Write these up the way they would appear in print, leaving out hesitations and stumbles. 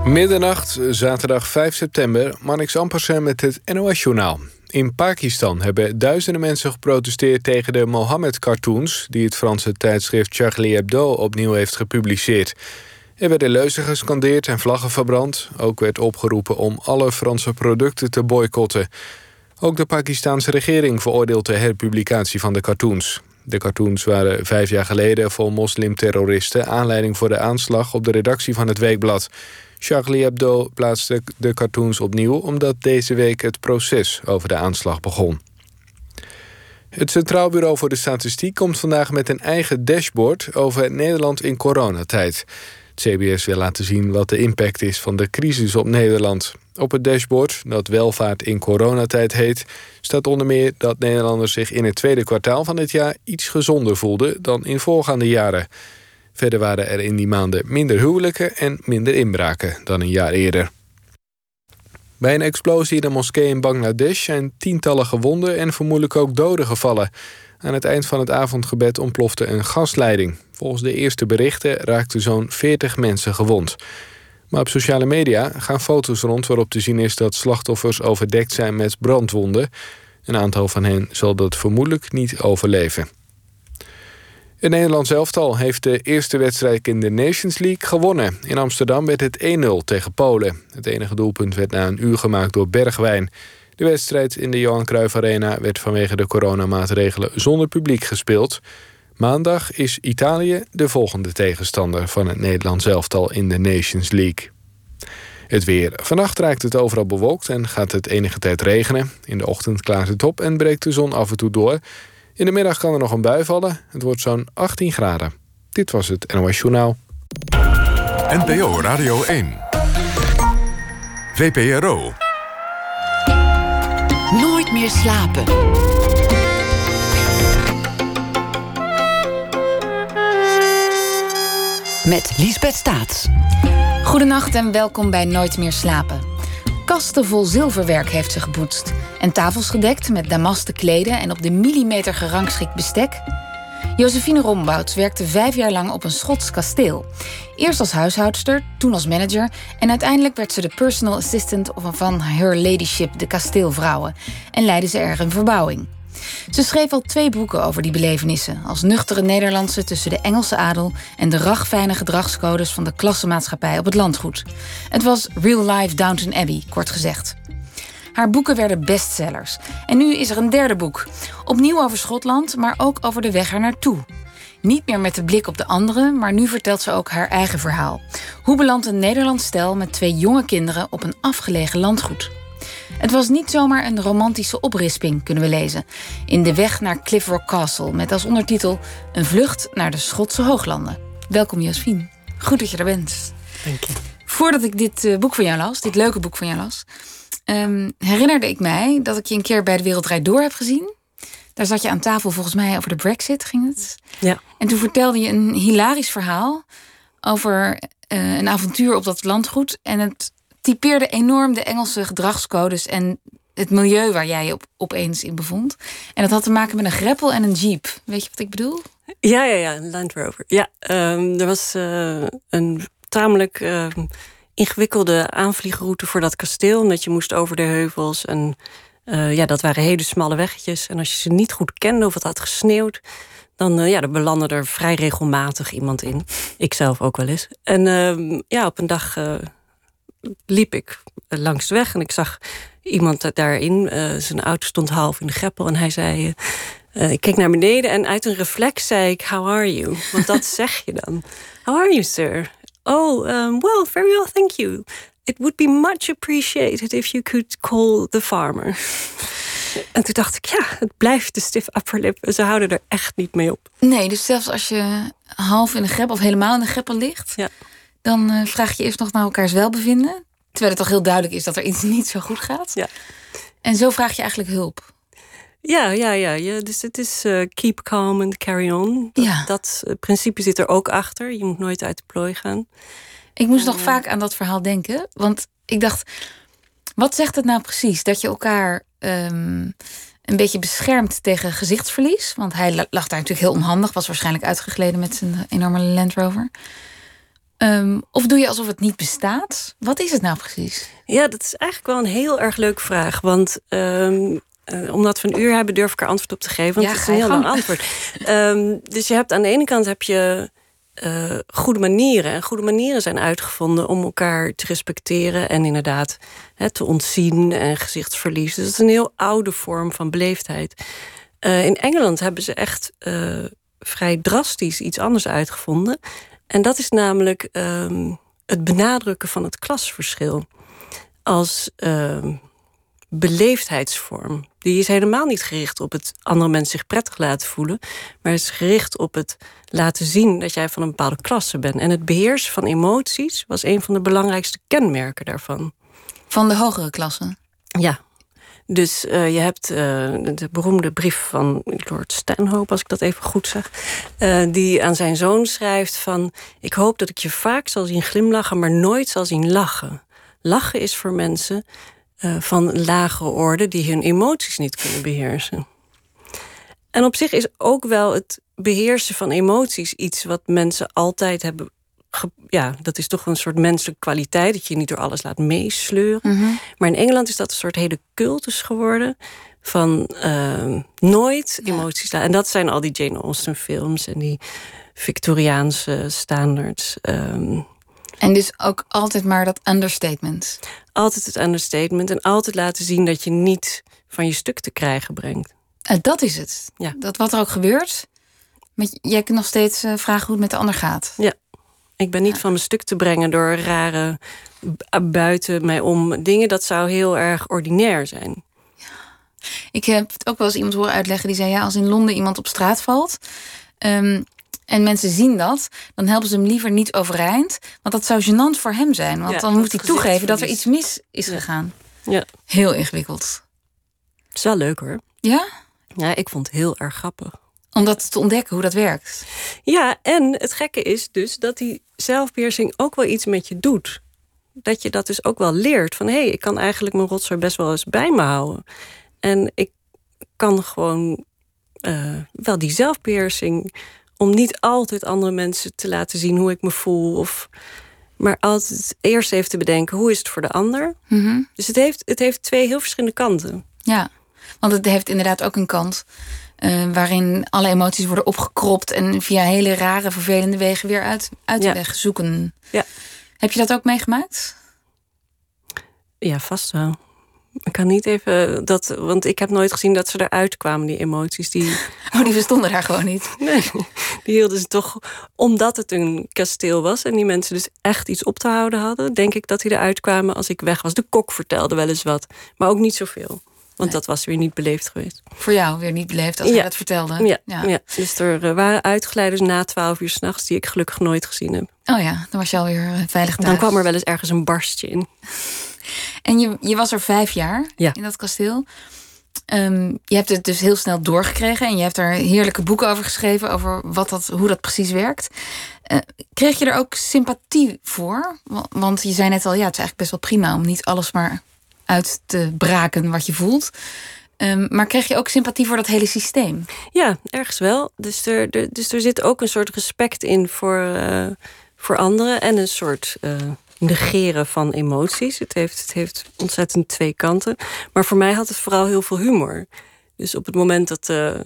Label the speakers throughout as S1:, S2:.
S1: Middernacht, zaterdag 5 september, Marnix Ampersen met het NOS-journaal. In Pakistan hebben duizenden mensen geprotesteerd tegen de Mohammed-cartoons die het Franse tijdschrift Charlie Hebdo opnieuw heeft gepubliceerd. Er werden leuzen gescandeerd en vlaggen verbrand. Ook werd opgeroepen om alle Franse producten te boycotten. Ook de Pakistanse regering veroordeelt de herpublicatie van de cartoons. De cartoons waren 5 jaar geleden voor moslimterroristen aanleiding voor de aanslag op de redactie van het weekblad. Charlie Hebdo plaatste de cartoons opnieuw omdat deze week het proces over de aanslag begon. Het Centraal Bureau voor de Statistiek komt vandaag met een eigen dashboard over Nederland in coronatijd. Het CBS wil laten zien wat de impact is van de crisis op Nederland. Op het dashboard, dat welvaart in coronatijd heet, staat onder meer dat Nederlanders zich in het tweede kwartaal van het jaar iets gezonder voelden dan in voorgaande jaren. Verder waren er in die maanden minder huwelijken en minder inbraken dan een jaar eerder. Bij een explosie in een moskee in Bangladesh zijn tientallen gewonden en vermoedelijk ook doden gevallen. Aan het eind van het avondgebed ontplofte een gasleiding. Volgens de eerste berichten raakten zo'n 40 mensen gewond. Maar op sociale media gaan foto's rond waarop te zien is dat slachtoffers overdekt zijn met brandwonden. Een aantal van hen zal dat vermoedelijk niet overleven. Het Nederlands elftal heeft de eerste wedstrijd in de Nations League gewonnen. In Amsterdam werd het 1-0 tegen Polen. Het enige doelpunt werd na een uur gemaakt door Bergwijn. De wedstrijd in de Johan Cruijff Arena werd vanwege de coronamaatregelen zonder publiek gespeeld. Maandag is Italië de volgende tegenstander van het Nederlands elftal in de Nations League. Het weer. Vannacht raakt het overal bewolkt en gaat het enige tijd regenen. In de ochtend klaart het op en breekt de zon af en toe door. In de middag kan er nog een bui vallen. Het wordt zo'n 18 graden. Dit was het NOS Journaal.
S2: NPO Radio 1. VPRO.
S3: Nooit meer slapen. Met Liesbeth Staats.
S4: Goedenacht en welkom bij Nooit meer slapen. Kasten vol zilverwerk heeft ze gepoetst. En tafels gedekt met damasten kleden en op de millimeter gerangschikt bestek. Josephine Rombouts werkte 5 jaar lang op een Schots kasteel. Eerst als huishoudster, toen als manager en uiteindelijk werd ze de personal assistant van Her Ladyship de kasteelvrouwen en leidde ze er een verbouwing. Ze schreef al 2 boeken over die belevenissen, als nuchtere Nederlandse tussen de Engelse adel en de ragfijne gedragscodes van de klassenmaatschappij op het landgoed. Het was Real Life Downton Abbey, kort gezegd. Haar boeken werden bestsellers. En nu is er een 3e boek. Opnieuw over Schotland, maar ook over de weg er naartoe. Niet meer met de blik op de anderen, maar nu vertelt ze ook haar eigen verhaal. Hoe belandt een Nederlands stel met 2 jonge kinderen op een afgelegen landgoed? Het was niet zomaar een romantische oprisping, kunnen we lezen. In De weg naar Clifford Castle, met als ondertitel Een vlucht naar de Schotse hooglanden. Welkom Josephine. Goed dat je er bent.
S5: Dank je.
S4: Voordat ik dit boek van jou las, dit leuke boek van jou las, herinnerde ik mij dat ik je een keer bij De Wereld Draait Door heb gezien. Daar zat je aan tafel, volgens mij over de Brexit ging het.
S5: Ja.
S4: En toen vertelde je een hilarisch verhaal over een avontuur op dat landgoed. En het typeerde enorm de Engelse gedragscodes en het milieu waar jij je opeens in bevond. En dat had te maken met een greppel en een jeep. Weet je wat ik bedoel?
S5: Ja, een Land Rover. Ja, er was een tamelijk ingewikkelde aanvliegroute voor dat kasteel. Omdat je moest over de heuvels. En dat waren hele smalle weggetjes. En als je ze niet goed kende of het had gesneeuwd, dan belandde er vrij regelmatig iemand in. Ik zelf ook wel eens. En op een dag liep ik langs de weg en ik zag iemand daarin. Zijn auto stond half in de greppel en hij zei, ik keek naar beneden en uit een reflex zei ik, how are you? Want dat zeg je dan. How are you, sir? Oh, well, very well, thank you. It would be much appreciated if you could call the farmer. En toen dacht ik, het blijft de stiff upper lip. Ze houden er echt niet mee op.
S4: Nee, dus zelfs als je half in de greppel of helemaal in de greppel ligt, dan vraag je eerst nog naar elkaars welbevinden. Terwijl het toch heel duidelijk is dat er iets niet zo goed gaat.
S5: Ja.
S4: En zo vraag je eigenlijk hulp.
S5: Ja. Dus het is keep calm and carry on. Dat principe zit er ook achter. Je moet nooit uit de plooi gaan.
S4: Ik moest nog vaak aan dat verhaal denken. Want ik dacht, wat zegt het nou precies? Dat je elkaar een beetje beschermt tegen gezichtsverlies. Want hij lag daar natuurlijk heel onhandig. Was waarschijnlijk uitgegleden met zijn enorme Land Rover. Of doe je alsof het niet bestaat? Wat is het nou precies?
S5: Ja, dat is eigenlijk wel een heel erg leuke vraag. Want omdat we een uur hebben, durf ik er antwoord op te geven. Want het is een heel lang antwoord. Dus je hebt aan de ene kant heb je goede manieren. En goede manieren zijn uitgevonden om elkaar te respecteren. En inderdaad te ontzien en gezichtsverlies. Dus het is een heel oude vorm van beleefdheid. In Engeland hebben ze echt vrij drastisch iets anders uitgevonden. En dat is namelijk het benadrukken van het klasverschil. Als beleefdheidsvorm. Die is helemaal niet gericht op het andere mensen zich prettig laten voelen. Maar is gericht op het laten zien dat jij van een bepaalde klasse bent. En het beheersen van emoties was een van de belangrijkste kenmerken daarvan.
S4: Van de hogere klassen?
S5: Ja. Dus je hebt de beroemde brief van Lord Stanhope, als ik dat even goed zeg, die aan zijn zoon schrijft van: ik hoop dat ik je vaak zal zien glimlachen, maar nooit zal zien lachen. Lachen is voor mensen van lagere orde die hun emoties niet kunnen beheersen. En op zich is ook wel het beheersen van emoties iets wat mensen altijd hebben. Ja, dat is toch een soort menselijke kwaliteit, dat je niet door alles laat meesleuren. Mm-hmm. Maar in Engeland is dat een soort hele cultus geworden van nooit emoties laten. En dat zijn al die Jane Austen films en die Victoriaanse standards.
S4: En dus ook altijd maar dat understatement.
S5: Altijd het understatement en altijd laten zien dat je niet van je stuk te krijgen brengt.
S4: Dat is het.
S5: Ja.
S4: Dat wat er ook gebeurt, jij kunt nog steeds vragen hoe het met de ander gaat.
S5: Ja. Ik ben niet van mijn stuk te brengen door rare buiten mij om dingen. Dat zou heel erg ordinair zijn.
S4: Ja. Ik heb het ook wel eens iemand horen uitleggen die zei: ja, als in Londen iemand op straat valt en mensen zien dat, dan helpen ze hem liever niet overeind. Want dat zou gênant voor hem zijn. Want dan moet hij toegeven dat er iets mis is gegaan. Ja. Heel ingewikkeld.
S5: Het is wel leuk hoor.
S4: Ja?
S5: Ja, ik vond het heel erg grappig.
S4: Om dat te ontdekken, hoe dat werkt.
S5: Ja, en het gekke is dus dat die zelfbeheersing ook wel iets met je doet. Dat je dat dus ook wel leert. Van hé, ik kan eigenlijk mijn rotzooi best wel eens bij me houden. En ik kan gewoon wel die zelfbeheersing, om niet altijd andere mensen te laten zien hoe ik me voel. Maar altijd eerst even te bedenken, hoe is het voor de ander? Mm-hmm. Dus het heeft twee heel verschillende kanten.
S4: Ja, want het heeft inderdaad ook een kant waarin alle emoties worden opgekropt en via hele rare, vervelende wegen weer uit de weg zoeken. Ja. Heb je dat ook meegemaakt?
S5: Ja, vast wel. Ik kan niet even want ik heb nooit gezien dat ze eruit kwamen, die emoties. Die
S4: bestonden daar gewoon niet.
S5: Nee, die hielden ze toch, omdat het een kasteel was en die mensen dus echt iets op te houden hadden, denk ik dat die eruit kwamen als ik weg was. De kok vertelde wel eens wat, maar ook niet zoveel. Want dat was weer niet beleefd geweest.
S4: Voor jou weer niet beleefd als hij dat vertelde?
S5: Ja. Dus er waren uitglijders na 12 uur 's nachts die ik gelukkig nooit gezien heb.
S4: Oh ja, dan was je alweer veilig thuis.
S5: Dan kwam er wel eens ergens een barstje in.
S4: En je was er 5 jaar in dat kasteel. Je hebt het dus heel snel doorgekregen. En je hebt er heerlijke boeken over geschreven. Over hoe dat precies werkt. Kreeg je er ook sympathie voor? Want je zei net al, het is eigenlijk best wel prima om niet alles maar uit te braken wat je voelt. Maar kreeg je ook sympathie voor dat hele systeem? Ja,
S5: ergens wel. Dus er zit ook een soort respect in voor anderen. En een soort negeren van emoties. Het heeft ontzettend twee kanten. Maar voor mij had het vooral heel veel humor. Dus op het moment dat de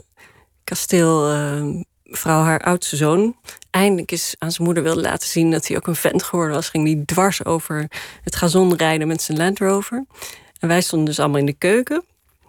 S5: kasteelvrouw haar oudste zoon eindelijk eens aan zijn moeder wilde laten zien dat hij ook een vent geworden was, ging hij dwars over het gazon rijden met zijn Land Rover. En wij stonden dus allemaal in de keuken.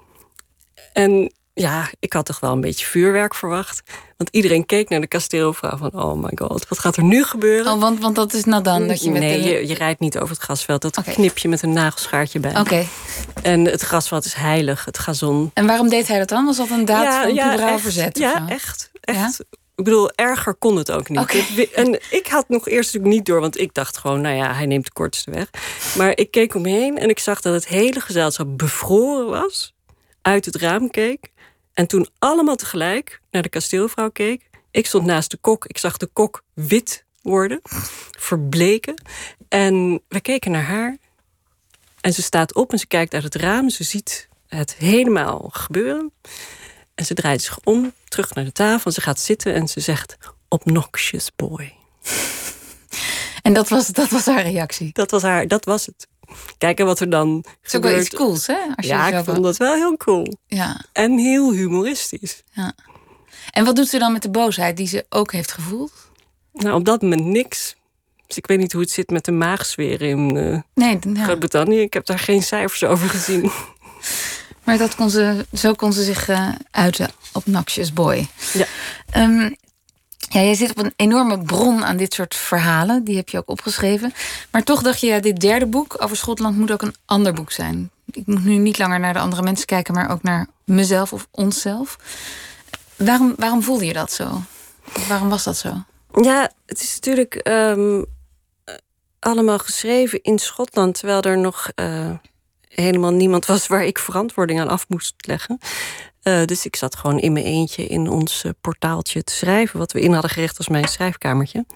S5: En ja, ik had toch wel een beetje vuurwerk verwacht. Want iedereen keek naar de kasteelvrouw van, oh my god, wat gaat er nu gebeuren?
S4: Oh, want dat is nadan dat je met
S5: je rijdt niet over het grasveld. Dat knip je met een nagelschaartje bij.
S4: Okay.
S5: En het grasveld is heilig, het gazon.
S4: En waarom deed hij dat dan? Was dat een daad van puberaal verzet?
S5: Ja, echt. Ja? Ik bedoel, erger kon het ook niet. Okay. En ik had nog eerst natuurlijk niet door, want ik dacht gewoon, hij neemt de kortste weg. Maar ik keek omheen en ik zag dat het hele gezelschap bevroren was, uit het raam keek. En toen allemaal tegelijk naar de kasteelvrouw keek. Ik stond naast de kok. Ik zag de kok wit worden, verbleken. En we keken naar haar. En ze staat op en ze kijkt uit het raam. Ze ziet het helemaal gebeuren. En ze draait zich om, terug naar de tafel. Ze gaat zitten en ze zegt, obnoxious boy.
S4: En dat was haar reactie?
S5: Dat was het. Kijken wat er dan
S4: Het is ook wel iets cools, hè? Als
S5: ja, ik vond dat wel heel cool.
S4: Ja.
S5: En heel humoristisch.
S4: Ja. En wat doet ze dan met de boosheid die ze ook heeft gevoeld?
S5: Nou, op dat moment niks. Dus ik weet niet hoe het zit met de maagsfeer in Groot-Brittannië. Ik heb daar geen cijfers over gezien.
S4: Maar zo kon ze zich uiten op Noxious Boy.
S5: Ja.
S4: Jij zit op een enorme bron aan dit soort verhalen. Die heb je ook opgeschreven. Maar toch dacht je, dit derde boek over Schotland moet ook een ander boek zijn. Ik moet nu niet langer naar de andere mensen kijken, maar ook naar mezelf of onszelf. Waarom voelde je dat zo? Waarom was dat zo?
S5: Ja, het is natuurlijk allemaal geschreven in Schotland, terwijl er nog helemaal niemand was waar ik verantwoording aan af moest leggen. Dus ik zat gewoon in mijn eentje in ons portaaltje te schrijven, wat we in hadden gericht als mijn schrijfkamertje.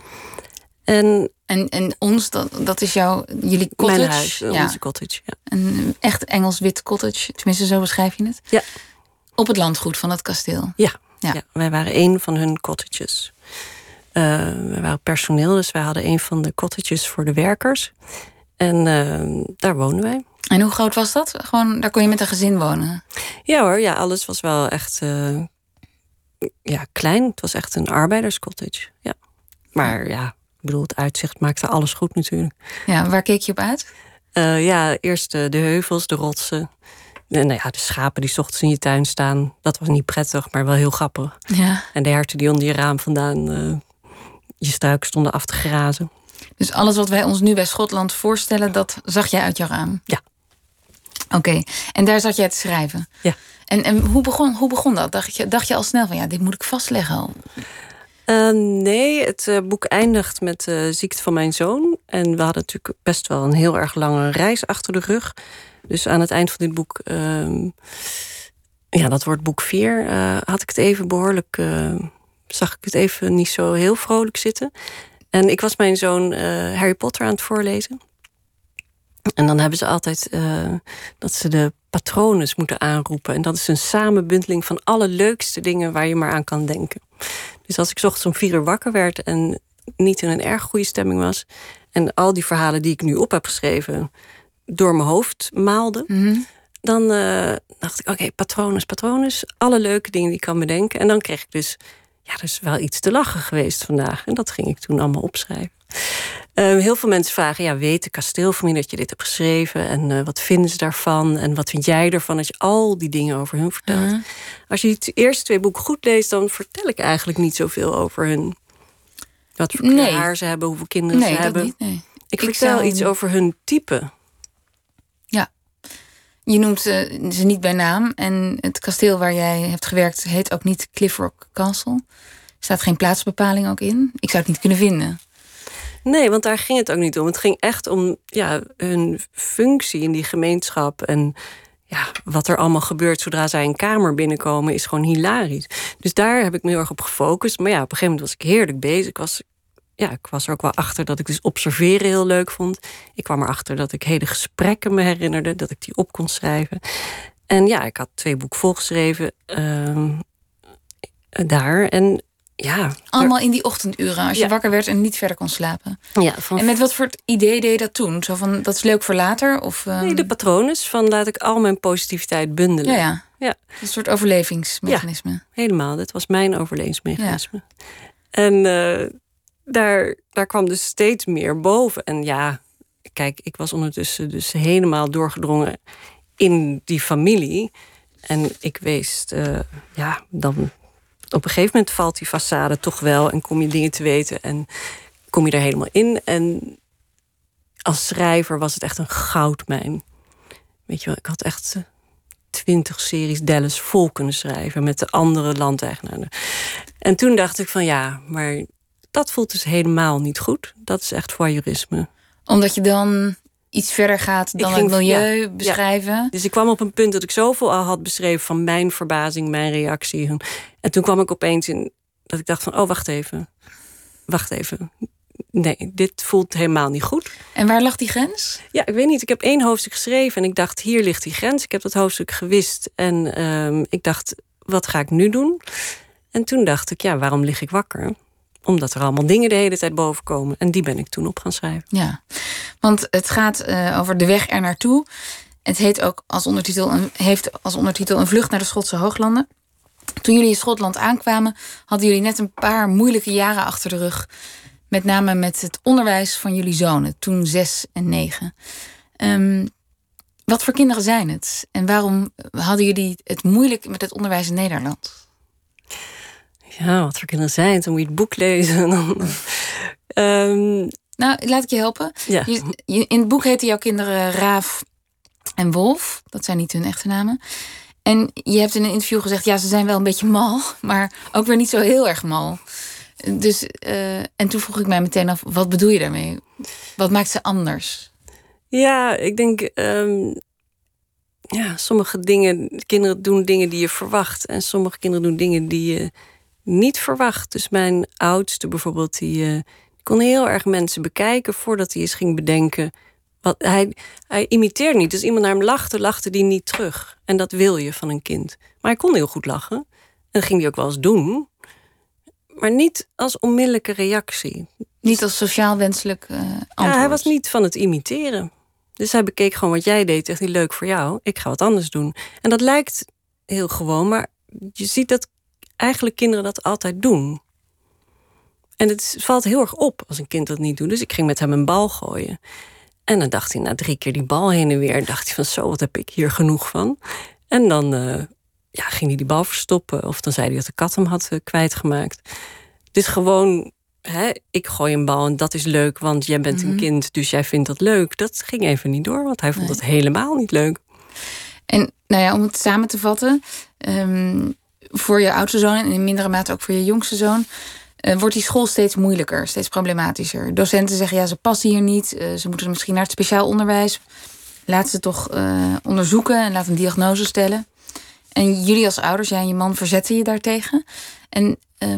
S5: En
S4: ons, dat is jullie cottage?
S5: Mijn huis, onze cottage, ja.
S4: Een echt Engels-wit cottage, tenminste zo beschrijf je het?
S5: Ja.
S4: Op het landgoed van het kasteel?
S5: Ja. Wij waren één van hun cottages. We waren personeel, dus wij hadden een van de cottages voor de werkers. En daar woonden wij.
S4: En hoe groot was dat? Gewoon, daar kon je met een gezin wonen?
S5: Ja hoor, ja, alles was wel echt klein. Het was echt een arbeiderscottage. Ja. Maar ja, ik bedoel, het uitzicht maakte alles goed natuurlijk.
S4: Ja, waar keek je op uit?
S5: Eerst de heuvels, de rotsen. De schapen die 's ochtends in je tuin staan. Dat was niet prettig, maar wel heel grappig.
S4: Ja.
S5: En de herten die onder je raam vandaan je struiken stonden af te grazen.
S4: Dus alles wat wij ons nu bij Schotland voorstellen, dat zag jij uit jouw raam?
S5: Ja.
S4: Oké, en daar zat jij te schrijven?
S5: Ja.
S4: En hoe begon dat? Dacht je al snel van, dit moet ik vastleggen?
S5: Nee, het boek eindigt met de ziekte van mijn zoon. En we hadden natuurlijk best wel een heel erg lange reis achter de rug. Dus aan het eind van dit boek, dat wordt boek 4, had ik het even behoorlijk, zag ik het even niet zo heel vrolijk zitten. En ik was mijn zoon Harry Potter aan het voorlezen. En dan hebben ze altijd dat ze de patrones moeten aanroepen. En dat is een samenbundeling van alle leukste dingen waar je maar aan kan denken. Dus als ik 's ochtends om 4 uur wakker werd en niet in een erg goede stemming was, en al die verhalen die ik nu op heb geschreven door mijn hoofd maalde, dan dacht ik, oké, patrones, alle leuke dingen die ik kan bedenken. En dan kreeg ik dus, er is wel iets te lachen geweest vandaag. En dat ging ik toen allemaal opschrijven. Heel veel mensen vragen, weet de kasteelfamilie dat je dit hebt geschreven? En wat vinden ze daarvan? En wat vind jij ervan als je al die dingen over hun vertelt? Als je die eerste 2 boeken goed leest, dan vertel ik eigenlijk niet zoveel over hun. Wat voor kleur haar ze hebben, hoeveel kinderen ze hebben.
S4: Niet, nee.
S5: Ik vertel iets over hun type.
S4: Ja. Je noemt ze niet bij naam. En het kasteel waar jij hebt gewerkt heet ook niet Cliffrock Castle. Er staat geen plaatsbepaling ook in. Ik zou het niet kunnen vinden.
S5: Nee, want daar ging het ook niet om. Het ging echt om hun functie in die gemeenschap. En wat er allemaal gebeurt zodra zij een kamer binnenkomen is gewoon hilarisch. Dus daar heb ik me heel erg op gefocust. Maar op een gegeven moment was ik heerlijk bezig. Ik was er ook wel achter dat ik dus observeren heel leuk vond. Ik kwam erachter dat ik hele gesprekken me herinnerde, dat ik die op kon schrijven. En ik had 2 boeken volgeschreven daar. En
S4: allemaal in die ochtenduren, als je wakker werd en niet verder kon slapen.
S5: Ja,
S4: en met wat voor idee deed je dat toen? Zo van, dat is leuk voor later? Of,
S5: Nee, de patrones van laat ik al mijn positiviteit bundelen.
S4: Ja. Een soort overlevingsmechanisme.
S5: Ja, helemaal. Dat was mijn overlevingsmechanisme. Ja. En daar kwam dus steeds meer boven. En kijk, ik was ondertussen dus helemaal doorgedrongen in die familie. En ik wist, dan op een gegeven moment valt die façade toch wel en kom je dingen te weten en kom je er helemaal in. En als schrijver was het echt een goudmijn. Weet je wel, ik had echt 20 series Dallas vol kunnen schrijven met de andere landeigenaren. En toen dacht ik van maar dat voelt dus helemaal niet goed. Dat is echt voyeurisme.
S4: Omdat je dan iets verder gaat dan het milieu beschrijven. Ja.
S5: Dus ik kwam op een punt dat ik zoveel al had beschreven van mijn verbazing, mijn reactie. En toen kwam ik opeens in dat ik dacht van, wacht even. Nee, dit voelt helemaal niet goed.
S4: En waar lag die grens?
S5: Ja, ik weet niet. Ik heb 1 hoofdstuk geschreven en ik dacht, hier ligt die grens. Ik heb dat hoofdstuk gewist en ik dacht, wat ga ik nu doen? En toen dacht ik, waarom lig ik wakker? Omdat er allemaal dingen de hele tijd boven komen. En die ben ik toen op gaan schrijven.
S4: Ja, want het gaat over de weg er naartoe. Het heet ook heeft als ondertitel een vlucht naar de Schotse Hooglanden. Toen jullie in Schotland aankwamen, hadden jullie net een paar moeilijke jaren achter de rug. Met name met het onderwijs van jullie zonen, toen 6 en 9. Wat voor kinderen zijn het? En waarom hadden jullie het moeilijk met het onderwijs in Nederland?
S5: Ja, wat voor kinderen zijn het? Dan moet je het boek lezen.
S4: Nou, laat ik je helpen.
S5: Ja.
S4: In het boek heten jouw kinderen Raaf en Wolf. Dat zijn niet hun echte namen. En je hebt in een interview gezegd, ja, ze zijn wel een beetje mal, maar ook weer niet zo heel erg mal. Dus, en toen vroeg ik mij meteen af, wat bedoel je daarmee? Wat maakt ze anders?
S5: Ja, ik denk, sommige kinderen doen dingen die je verwacht. En sommige kinderen doen dingen die je niet verwacht. Dus mijn oudste bijvoorbeeld, die kon heel erg mensen bekijken voordat hij eens ging bedenken. Hij imiteerde niet. Dus iemand naar hem lachte die niet terug. En dat wil je van een kind. Maar hij kon heel goed lachen. En dat ging hij ook wel eens doen. Maar niet als onmiddellijke reactie.
S4: Niet als sociaal wenselijk antwoord.
S5: Ja, hij was niet van het imiteren. Dus hij bekeek gewoon wat jij deed. Echt niet leuk voor jou. Ik ga wat anders doen. En dat lijkt heel gewoon. Maar je ziet dat eigenlijk kinderen dat altijd doen. En het valt heel erg op als een kind dat niet doet. Dus ik ging met hem een bal gooien. En dan dacht hij na 3 keer die bal heen en weer. En dacht hij van zo, wat heb ik hier genoeg van. En dan ging hij die bal verstoppen. Of dan zei hij dat de kat hem had kwijtgemaakt. Dus gewoon, ik gooi een bal en dat is leuk. Want jij bent een kind, dus jij vindt dat leuk. Dat ging even niet door, want hij vond het helemaal niet leuk.
S4: En nou ja, om het samen te vatten. Voor je oudste zoon en in mindere mate ook voor je jongste zoon. Wordt die school steeds moeilijker, steeds problematischer. Docenten zeggen, ja, ze passen hier niet. Ze moeten misschien naar het speciaal onderwijs. Laat ze toch onderzoeken en laat een diagnose stellen. En jullie als ouders, jij en je man, verzetten je daartegen. En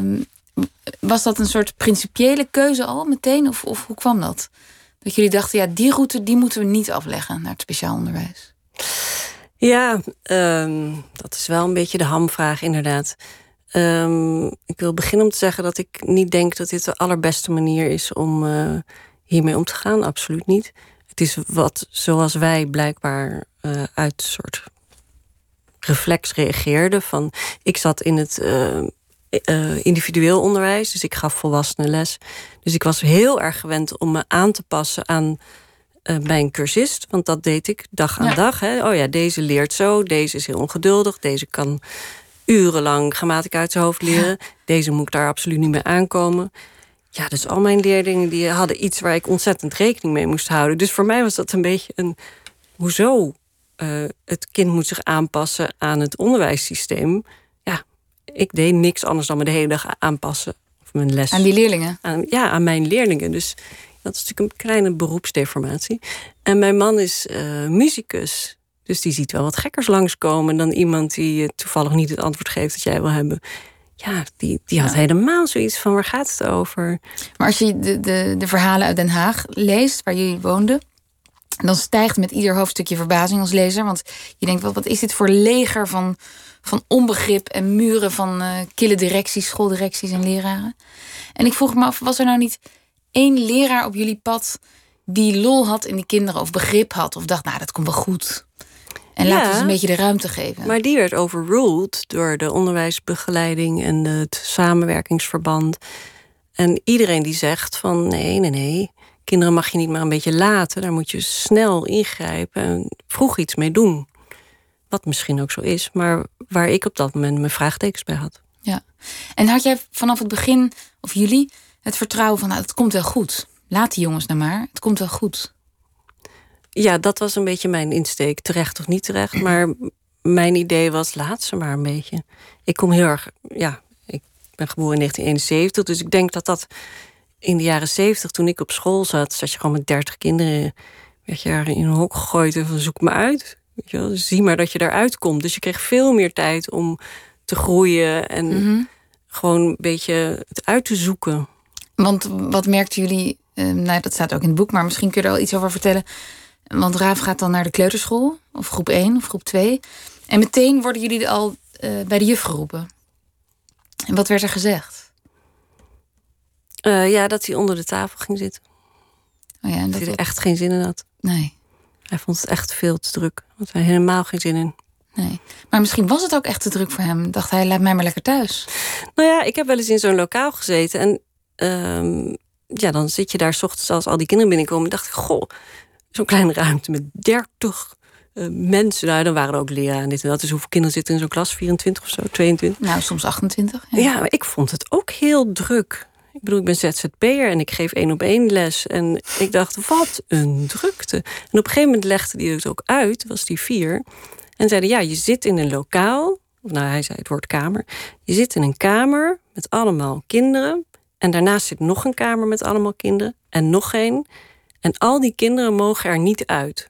S4: was dat een soort principiële keuze al meteen? Of hoe kwam dat? Dat jullie dachten, ja, die route die moeten we niet afleggen naar het speciaal onderwijs.
S5: Ja, dat is wel een beetje de hamvraag inderdaad. Ik wil beginnen om te zeggen dat ik niet denk dat dit de allerbeste manier is om hiermee om te gaan. Absoluut niet. Het is zoals wij blijkbaar uit een soort reflex reageerden. Van, ik zat in het individueel onderwijs, dus ik gaf volwassenen les. Dus ik was heel erg gewend om me aan te passen aan mijn cursist. Want dat deed ik dag aan dag. Hè. Oh ja, deze leert zo, deze is heel ongeduldig, deze kan urenlang grammatica uit zijn hoofd leren. Ja. Deze moet daar absoluut niet mee aankomen. Ja, dus al mijn leerlingen die hadden iets waar ik ontzettend rekening mee moest houden. Dus voor mij was dat een beetje een, hoezo? Het kind moet zich aanpassen aan het onderwijssysteem. Ja, ik deed niks anders dan me de hele dag aanpassen. Of mijn les.
S4: Aan die leerlingen?
S5: Aan mijn leerlingen. Dus dat is natuurlijk een kleine beroepsdeformatie. En mijn man is muzikus. Dus die ziet wel wat gekkers langskomen dan iemand die toevallig niet het antwoord geeft dat jij wil hebben. Ja, die had helemaal zoiets van, waar gaat het over?
S4: Maar als je de verhalen uit Den Haag leest, waar jullie woonden, dan stijgt met ieder hoofdstukje verbazing als lezer. Want je denkt, wat is dit voor leger van onbegrip en muren van kille directies, schooldirecties en leraren? En ik vroeg me af, was er nou niet 1 leraar op jullie pad die lol had in die kinderen of begrip had? Of dacht, nou, dat komt wel goed. En laten we ze een beetje de ruimte geven.
S5: Maar die werd overruled door de onderwijsbegeleiding en het samenwerkingsverband. En iedereen die zegt van nee. Kinderen mag je niet maar een beetje laten. Daar moet je snel ingrijpen en vroeg iets mee doen. Wat misschien ook zo is, maar waar ik op dat moment mijn vraagtekens bij had.
S4: Ja. En had jij vanaf het begin, of jullie, het vertrouwen van, nou, het komt wel goed. Laat die jongens nou maar, het komt wel goed.
S5: Ja, dat was een beetje mijn insteek. Terecht of niet terecht. Maar mijn idee was, laat ze maar een beetje. Ik kom heel erg, ik ben geboren in 1971. Dus ik denk dat in de jaren 70, toen ik op school zat je gewoon met 30 kinderen. Werd je er in een hok gegooid en van zoek me uit. Weet je wel? Dus zie maar dat je eruit komt. Dus je kreeg veel meer tijd om te groeien. En gewoon een beetje het uit te zoeken.
S4: Want wat merkten jullie, dat staat ook in het boek, maar misschien kun je er al iets over vertellen. Want Raaf gaat dan naar de kleuterschool, of groep 1 of groep 2. En meteen worden jullie al bij de juf geroepen. En wat werd er gezegd?
S5: Ja, dat hij onder de tafel ging zitten.
S4: Oh ja, en
S5: Dat hij er echt geen zin in had.
S4: Nee.
S5: Hij vond het echt veel te druk. Had hij helemaal geen zin in.
S4: Nee. Maar misschien was het ook echt te druk voor hem. Dacht hij, laat mij maar lekker thuis.
S5: Nou ja, ik heb wel eens in zo'n lokaal gezeten. En dan zit je daar 's ochtends als al die kinderen binnenkomen. En dacht ik, goh, zo'n kleine ruimte met 30 mensen. Nou, dan waren er ook leraren en dit en dat. Dus hoeveel kinderen zitten in zo'n klas? 24 of zo, 22?
S4: Nou, soms 28.
S5: Ja, maar ik vond het ook heel druk. Ik bedoel, ik ben ZZP'er en ik geef 1-op-1 les. En ik dacht, wat een drukte. En op een gegeven moment legde hij het ook uit, was die 4. En zeiden, ja, je zit in een lokaal. Nou, hij zei het woord kamer. Je zit in een kamer met allemaal kinderen. En daarnaast zit nog een kamer met allemaal kinderen. En nog één. En al die kinderen mogen er niet uit.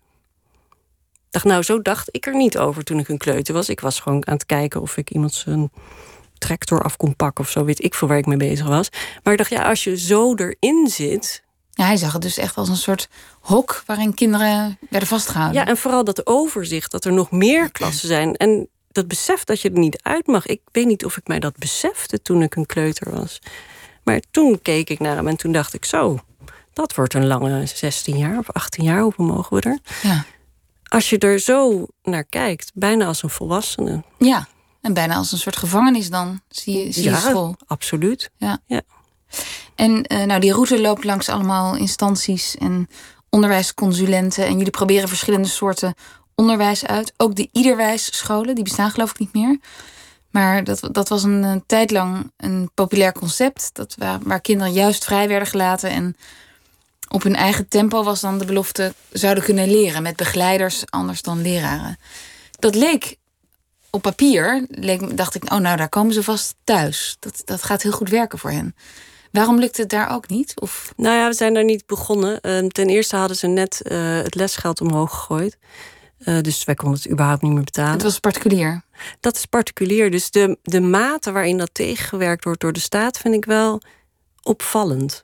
S5: Zo dacht ik er niet over toen ik een kleuter was. Ik was gewoon aan het kijken of ik iemand zijn tractor af kon pakken of zo. Weet ik veel waar ik mee bezig was. Maar ik dacht, ja, als je zo erin zit.
S4: Ja, hij zag het dus echt als een soort hok waarin kinderen werden vastgehouden.
S5: Ja, en vooral dat overzicht, dat er nog meer klassen zijn. En dat besef dat je er niet uit mag. Ik weet niet of ik mij dat besefte toen ik een kleuter was. Maar toen keek ik naar hem en toen dacht ik, zo, dat wordt een lange 16 jaar of 18 jaar. Hoeveel mogen we er?
S4: Ja.
S5: Als je er zo naar kijkt, bijna als een volwassene.
S4: Ja, en bijna als een soort gevangenis dan zie je school.
S5: Absoluut.
S4: Ja.
S5: Ja.
S4: En die route loopt langs allemaal instanties en onderwijsconsulenten. En jullie proberen verschillende soorten onderwijs uit. Ook de iederwijsscholen, die bestaan geloof ik niet meer. Maar dat was een tijd lang een populair concept. Waar kinderen juist vrij werden gelaten. En op hun eigen tempo was dan de belofte zouden kunnen leren. Met begeleiders, anders dan leraren. Dat leek op papier, dacht ik, daar komen ze vast thuis. Dat gaat heel goed werken voor hen. Waarom lukt het daar ook niet? Of?
S5: Nou ja, we zijn daar niet begonnen. Ten eerste hadden ze net het lesgeld omhoog gegooid. Dus wij konden het überhaupt niet meer betalen.
S4: Het was particulier.
S5: Dat is particulier. Dus de mate waarin dat tegengewerkt wordt door de staat vind ik wel opvallend.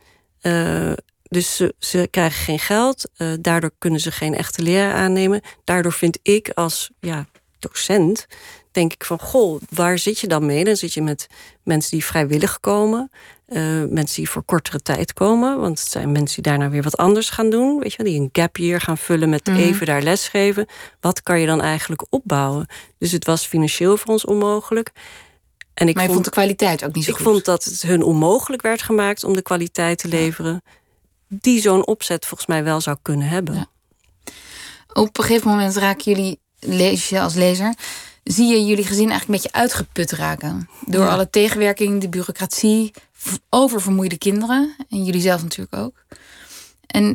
S5: Dus ze krijgen geen geld. Daardoor kunnen ze geen echte leraar aannemen. Daardoor vind ik als docent, denk ik van, goh, waar zit je dan mee? Dan zit je met mensen die vrijwillig komen. Mensen die voor kortere tijd komen. Want het zijn mensen die daarna weer wat anders gaan doen. Weet je, die een gap year gaan vullen met even daar lesgeven. Wat kan je dan eigenlijk opbouwen? Dus het was financieel voor ons onmogelijk. En
S4: maar je vond de kwaliteit ook niet zo goed?
S5: Ik vond dat het hun onmogelijk werd gemaakt om de kwaliteit te leveren. Die zo'n opzet volgens mij wel zou kunnen hebben. Ja.
S4: Op een gegeven moment raken jullie, lees je als lezer, zie je jullie gezin eigenlijk een beetje uitgeput raken. Door alle tegenwerking, de bureaucratie, oververmoeide kinderen. En jullie zelf natuurlijk ook. En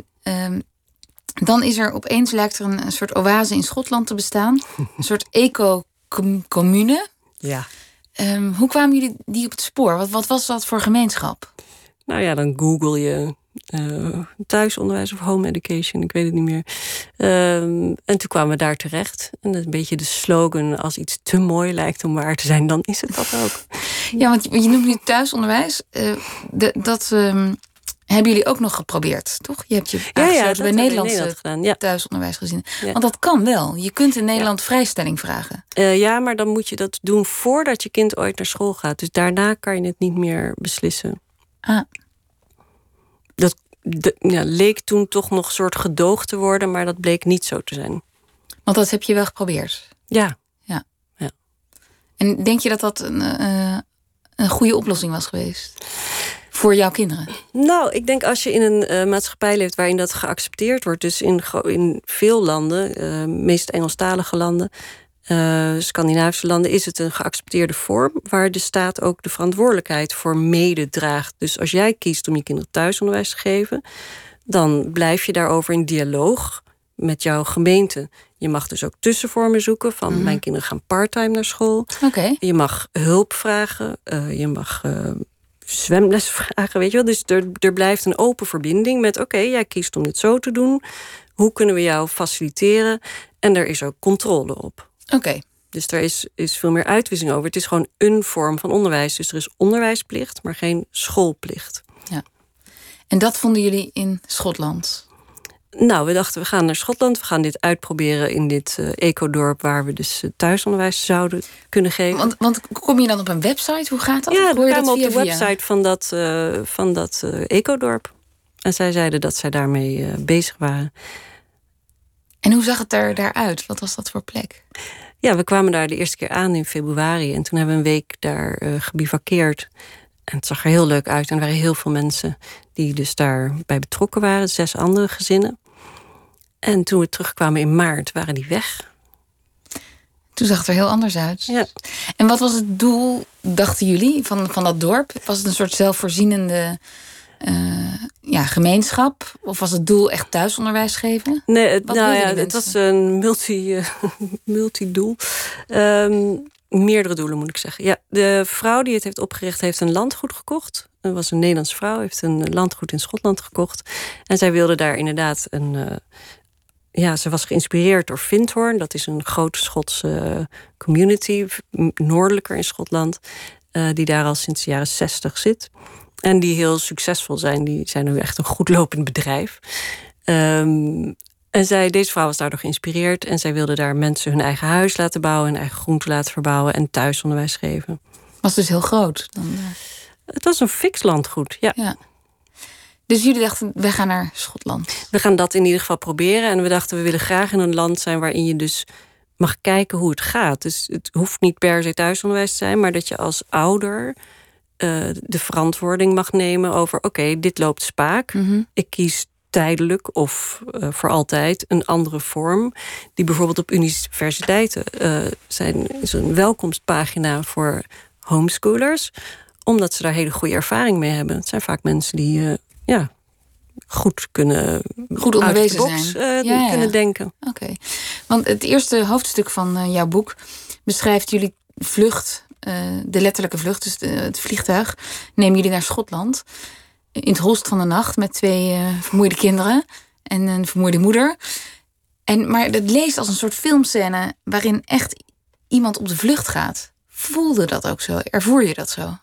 S4: dan is er opeens, lijkt er een soort oase in Schotland te bestaan. Een soort eco-commune.
S5: Ja.
S4: Hoe kwamen jullie die op het spoor? Wat was dat voor gemeenschap?
S5: Nou ja, dan google je thuisonderwijs of home education, ik weet het niet meer. En toen kwamen we daar terecht. En dat is een beetje de slogan, als iets te mooi lijkt om waar te zijn, dan is het dat ook.
S4: Ja, want je noemt nu thuisonderwijs. Dat hebben jullie ook nog geprobeerd, toch? Je hebt je aangesloten bij Nederlandse gedaan. Ja. Thuisonderwijsgezinnen. Ja. Want dat kan wel. Je kunt in Nederland vrijstelling vragen.
S5: Ja, maar dan moet je dat doen voordat je kind ooit naar school gaat. Dus daarna kan je het niet meer beslissen. Dat leek toen toch nog een soort gedoogd te worden, maar dat bleek niet zo te zijn.
S4: Want dat heb je wel geprobeerd? Ja. En denk je dat dat een goede oplossing was geweest? Voor jouw kinderen? Nou, ik denk als je in een maatschappij leeft waarin dat geaccepteerd wordt. Dus in veel landen, meest Engelstalige landen, Scandinavische landen, is het een geaccepteerde vorm waar de staat ook de verantwoordelijkheid voor mededraagt. Dus als jij kiest om je kinderen thuisonderwijs te geven, dan blijf je daarover in dialoog met jouw gemeente. Je mag dus ook tussenvormen zoeken van mijn kinderen gaan parttime naar school. Okay. Je mag hulp vragen, je mag zwemles vragen, weet je wel. Dus er blijft een open verbinding met oké, jij kiest om dit zo te doen. Hoe kunnen we jou faciliteren? En er is ook controle op. Oké. Dus er is veel meer uitwisseling over. Het is gewoon een vorm van onderwijs. Dus er is onderwijsplicht, maar geen schoolplicht. Ja. En dat vonden jullie in Schotland?
S5: Nou, we dachten, we gaan naar Schotland. We gaan dit uitproberen in dit ecodorp... waar we dus thuisonderwijs zouden kunnen geven.
S4: Want kom je dan op een website? Hoe gaat dat?
S5: Ja, we kwamen op de
S4: via?
S5: website van dat ecodorp. En zij zeiden dat zij daarmee bezig waren.
S4: En hoe zag het daaruit? Wat was dat voor plek?
S5: Ja, we kwamen daar de eerste keer aan in februari. En toen hebben we een week daar gebivakkeerd. En het zag er heel leuk uit. En er waren heel veel mensen die dus daarbij betrokken waren. 6 andere gezinnen. En toen we terugkwamen in maart, waren die weg.
S4: Toen zag het er heel anders uit.
S5: Ja.
S4: En wat was het doel, dachten jullie, van dat dorp? Was het een soort zelfvoorzienende gemeenschap? Of was het doel echt thuisonderwijs geven?
S5: Nee, het was een multidoel. Meerdere doelen, moet ik zeggen. Ja, de vrouw die het heeft opgericht, heeft een landgoed gekocht. Dat was een Nederlandse vrouw, heeft een landgoed in Schotland gekocht. En zij wilde daar inderdaad ze was geïnspireerd door Findhorn. Dat is een grote Schotse community, noordelijker in Schotland. Die daar al sinds de jaren 60 zit. En die heel succesvol zijn. Die zijn nu echt een goed lopend bedrijf. En deze vrouw was daardoor geïnspireerd. En zij wilde daar mensen hun eigen huis laten bouwen. Hun eigen groente laten verbouwen. En thuisonderwijs geven.
S4: Was dus heel groot.
S5: Het was een fix landgoed, ja.
S4: Dus jullie dachten, we gaan naar Schotland.
S5: We gaan dat in ieder geval proberen. En we dachten, we willen graag in een land zijn waarin je dus mag kijken hoe het gaat. Dus het hoeft niet per se thuisonderwijs te zijn. Maar dat je als ouder de verantwoording mag nemen over... oké, dit loopt spaak. Mm-hmm. Ik kies tijdelijk of voor altijd een andere vorm. Die bijvoorbeeld op universiteiten is een welkomstpagina voor homeschoolers. Omdat ze daar hele goede ervaring mee hebben. Het zijn vaak mensen die goed
S4: onderwezen zijn.
S5: Kunnen denken.
S4: Oké. Want het eerste hoofdstuk van jouw boek beschrijft jullie vlucht... de letterlijke vlucht, dus het vliegtuig... nemen jullie naar Schotland... in het holst van de nacht met 2 vermoeide kinderen... en een vermoeide moeder. Maar dat leest als een soort filmscène... waarin echt iemand op de vlucht gaat. Voelde dat ook zo? Ervoer je dat zo?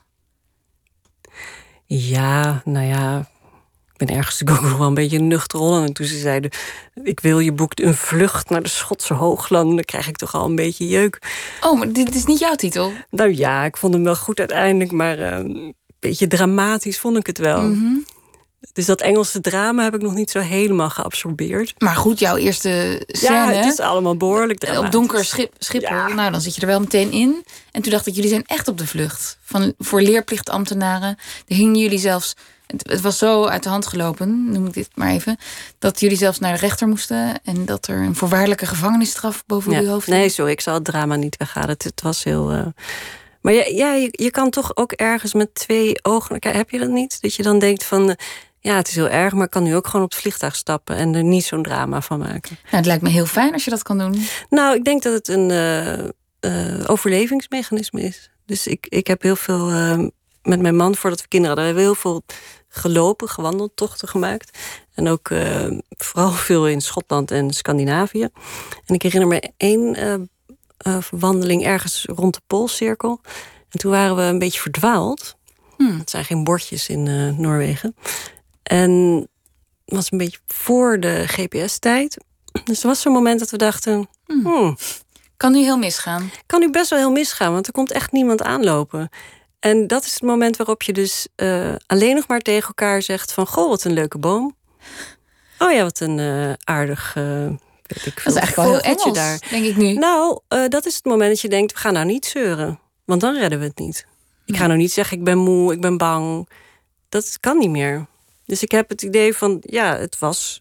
S5: Ja, nou ja... Ik ben ergens ook nog wel een beetje nuchter rollen. En toen ze zeiden, ik wil je boek een vlucht naar de Schotse hooglanden... dan krijg ik toch al een beetje jeuk.
S4: Oh, maar dit is niet jouw titel?
S5: Nou ja, ik vond hem wel goed uiteindelijk... maar een beetje dramatisch vond ik het wel. Mm-hmm. Dus dat Engelse drama heb ik nog niet zo helemaal geabsorbeerd.
S4: Maar goed, jouw eerste scène...
S5: Ja, het is allemaal behoorlijk dramatisch.
S4: Op donker Schiphol, ja. Nou, dan zit je er wel meteen in. En toen dacht ik, jullie zijn echt op de vlucht. Voor leerplichtambtenaren. Daar hingen jullie zelfs... Het was zo uit de hand gelopen, noem ik dit maar even... dat jullie zelfs naar de rechter moesten... en dat er een voorwaardelijke gevangenisstraf boven jullie hoofd...
S5: Nee, sorry, ik zal het drama niet weghalen. Het was heel... Maar je kan toch ook ergens met 2 ogen... Heb je dat niet? Dat je dan denkt van... het is heel erg, maar ik kan nu ook gewoon op het vliegtuig stappen... en er niet zo'n drama van maken.
S4: Nou, het lijkt me heel fijn als je dat kan doen.
S5: Nou, ik denk dat het een overlevingsmechanisme is. Dus ik heb heel veel... met mijn man, voordat we kinderen hadden... hebben we heel veel gelopen, gewandeld, tochten gemaakt. En ook vooral veel in Schotland en Scandinavië. En ik herinner me 1 wandeling ergens rond de Poolcirkel. En toen waren we een beetje verdwaald. Het zijn geen bordjes in Noorwegen. En het was een beetje voor de GPS-tijd. Dus er was zo'n moment dat we dachten...
S4: Kan nu heel misgaan.
S5: Kan nu best wel heel misgaan, want er komt echt niemand aanlopen. En dat is het moment waarop je dus alleen nog maar tegen elkaar zegt... van, goh, wat een leuke boom. Oh ja, wat een aardig... weet ik veel,
S4: dat is eigenlijk wel heel Engels, daar. Denk ik nu.
S5: Nou, dat is het moment dat je denkt... we gaan nou niet zeuren, want dan redden we het niet. Ik ga nou niet zeggen, ik ben moe, ik ben bang. Dat kan niet meer. Dus ik heb het idee van, het was...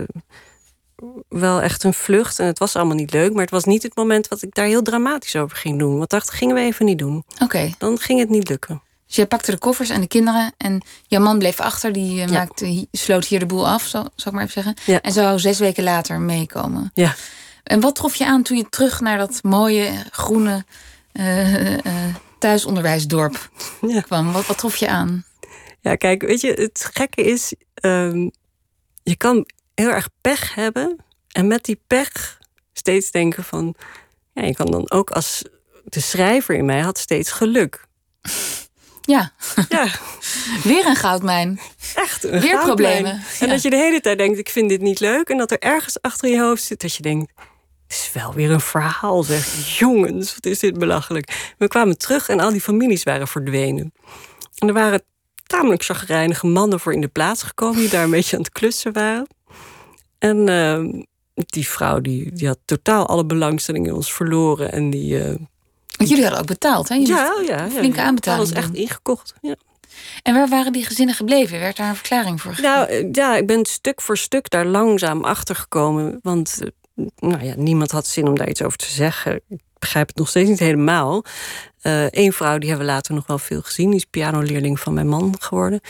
S5: wel echt een vlucht. En het was allemaal niet leuk. Maar het was niet het moment wat ik daar heel dramatisch over ging doen. Want dat gingen we even niet doen.
S4: Oké.
S5: Dan ging het niet lukken.
S4: Dus jij pakte de koffers en de kinderen. En jouw man bleef achter. Die sloot hier de boel af, zal ik maar even zeggen.
S5: Ja.
S4: En zou 6 weken later meekomen.
S5: Ja.
S4: En wat trof je aan toen je terug naar dat mooie, groene thuisonderwijsdorp kwam? Wat trof je aan? Ja,
S5: kijk, weet je, het gekke is... je kan... heel erg pech hebben. En met die pech steeds denken van... je kan dan ook als... de schrijver in mij had steeds geluk.
S4: Ja.
S5: Ja,
S4: Weer een goudmijn.
S5: echt.
S4: Weer
S5: goudmijn.
S4: problemen.
S5: En
S4: Ja.
S5: dat je de hele tijd denkt, ik vind dit niet leuk. En dat er ergens achter je hoofd zit dat je denkt, het is wel weer een verhaal, zeg. Jongens, wat is dit belachelijk. We kwamen terug en al die families waren verdwenen. En er waren tamelijk chagrijnige mannen voor in de plaats gekomen, die daar een beetje aan het klussen waren. En die vrouw die had totaal alle belangstelling in ons verloren. En die...
S4: Want jullie hadden ook betaald, hè?
S5: ja,
S4: flinke aanbetaling
S5: dat was echt
S4: doen.
S5: ingekocht. Ja.
S4: En waar waren die gezinnen gebleven? Werd daar een verklaring voor gegeven?
S5: Nou ja, ik ben stuk voor stuk daar langzaam achter gekomen. Want niemand had zin om daar iets over te zeggen. Ik begrijp het nog steeds niet helemaal. Eén vrouw, die hebben we later nog wel veel gezien. Die is pianoleerling van mijn man geworden.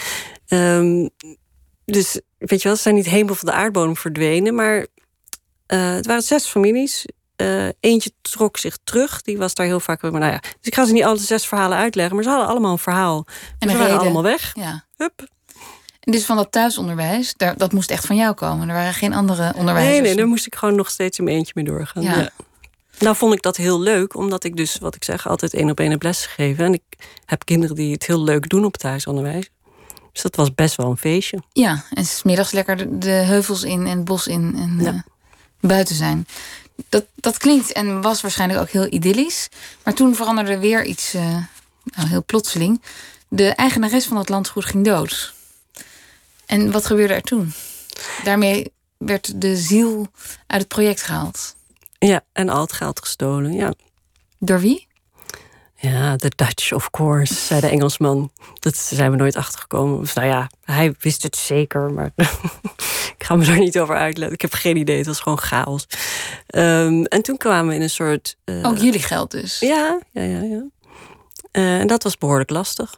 S5: Dus weet je wel, ze zijn niet helemaal van de aardbodem verdwenen. Maar het waren 6 families. Eentje trok zich terug. Die was daar heel vaak... Maar nou ja, dus ik ga ze niet alle 6 verhalen uitleggen. Maar ze hadden allemaal een verhaal. En ze waren allemaal weg.
S4: Ja.
S5: Hup.
S4: En dus van dat thuisonderwijs, dat moest echt van jou komen. Er waren geen andere onderwijzers.
S5: Nee, daar moest ik gewoon nog steeds in mijn eentje mee doorgaan.
S4: Ja.
S5: Ja. Nou vond ik dat heel leuk, omdat ik dus, wat ik zeg, altijd 1-op-1 heb lesgegeven. En ik heb kinderen die het heel leuk doen op thuisonderwijs. Dus dat was best wel een feestje.
S4: Ja, en 's middags lekker de heuvels in en het bos in en buiten zijn. Dat klinkt en was waarschijnlijk ook heel idyllisch. Maar toen veranderde weer iets heel plotseling. De eigenares van dat landgoed ging dood. En wat gebeurde er toen? Daarmee werd de ziel uit het project gehaald.
S5: Ja, en al het geld gestolen, ja. Door
S4: wie?
S5: Ja, the Dutch, of course, zei de Engelsman. Dat zijn we nooit achtergekomen. Dus, nou ja, hij wist het zeker, maar ik ga me daar niet over uitleggen. Ik heb geen idee, het was gewoon chaos. En toen kwamen we in een soort...
S4: ook jullie geld dus?
S5: Ja. En dat was behoorlijk lastig.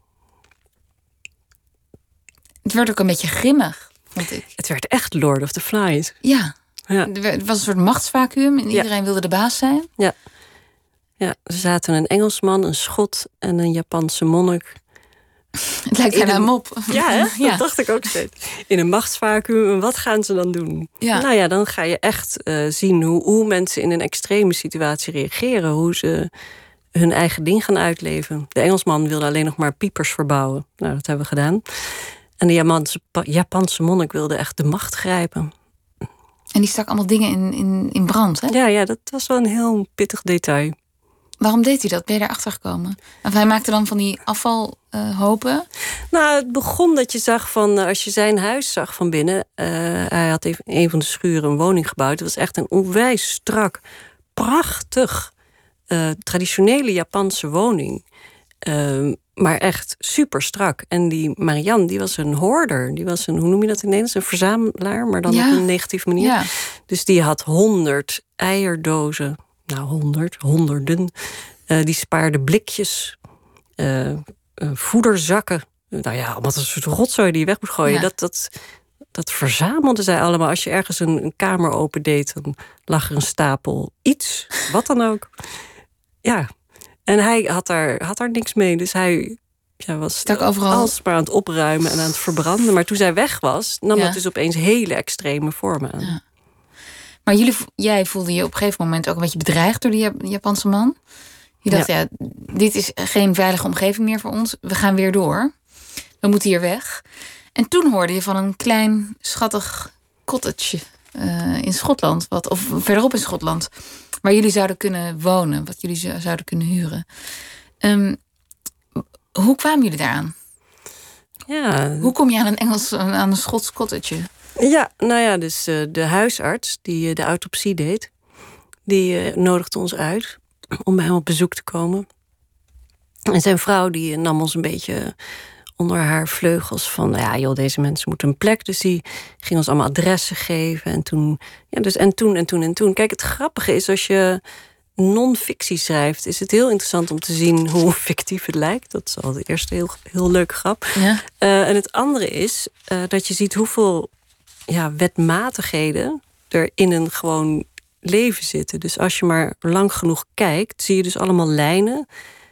S4: Het werd ook een beetje grimmig, vond ik.
S5: Het werd echt Lord of the Flies.
S4: Ja.
S5: Ja.
S4: Het was een soort machtsvacuüm en iedereen wilde de baas zijn.
S5: Ja. Ja, er zaten een Engelsman, een Schot en een Japanse monnik.
S4: Het lijkt bijna een mop.
S5: Ja, hè? Dat dacht ik ook steeds. In een machtsvacuüm, en wat gaan ze dan doen?
S4: Ja.
S5: Nou ja, dan ga je echt zien hoe mensen in een extreme situatie reageren. Hoe ze hun eigen ding gaan uitleven. De Engelsman wilde alleen nog maar piepers verbouwen. Nou, dat hebben we gedaan. En de Japanse monnik wilde echt de macht grijpen.
S4: En die stak allemaal dingen in brand, hè?
S5: Ja, dat was wel een heel pittig detail.
S4: Waarom deed hij dat? Ben je daarachter gekomen? Want hij maakte dan van die afvalhopen.
S5: Nou, het begon dat je zag van... als je zijn huis zag van binnen... hij had in een van de schuren een woning gebouwd. Het was echt een onwijs strak, prachtig... traditionele Japanse woning. Maar echt super strak. En die Marianne, die was een hoorder. Die was hoe noem je dat in Nederlands? Een verzamelaar, maar dan op een negatieve manier.
S4: Ja.
S5: Dus die had 100 eierdozen. Nou, honderden. Die spaarde blikjes. Voederzakken. Nou ja, allemaal een soort rotzooi die je weg moet gooien. Ja. Dat verzamelde zij allemaal. Als je ergens een kamer opendeed, dan lag er een stapel iets. Wat dan ook. Ja. En hij had daar niks mee. Dus hij was alles maar aan het opruimen en aan het verbranden. Maar toen zij weg was, nam dat dus opeens hele extreme vormen aan. Ja.
S4: Maar jij voelde je op een gegeven moment ook een beetje bedreigd door die Japanse man. Je dacht, dit is geen veilige omgeving meer voor ons. We gaan weer door. We moeten hier weg. En toen hoorde je van een klein, schattig cottage in Schotland. Of verderop in Schotland. Waar jullie zouden kunnen wonen. Wat jullie zouden kunnen huren. Hoe kwamen jullie daaraan?
S5: Ja.
S4: Hoe kom je aan een Schots cottage?
S5: Ja, nou ja, dus de huisarts die de autopsie deed... die nodigde ons uit om bij hem op bezoek te komen. En zijn vrouw die nam ons een beetje onder haar vleugels van... ja, joh, deze mensen moeten een plek. Dus die ging ons allemaal adressen geven. En toen, en toen. Kijk, het grappige is, als je non-fictie schrijft... is het heel interessant om te zien hoe fictief het lijkt. Dat is al de eerste heel leuke grap. Ja. En het andere is dat je ziet hoeveel wetmatigheden... er in een gewoon leven zitten. Dus als je maar lang genoeg kijkt... zie je dus allemaal lijnen...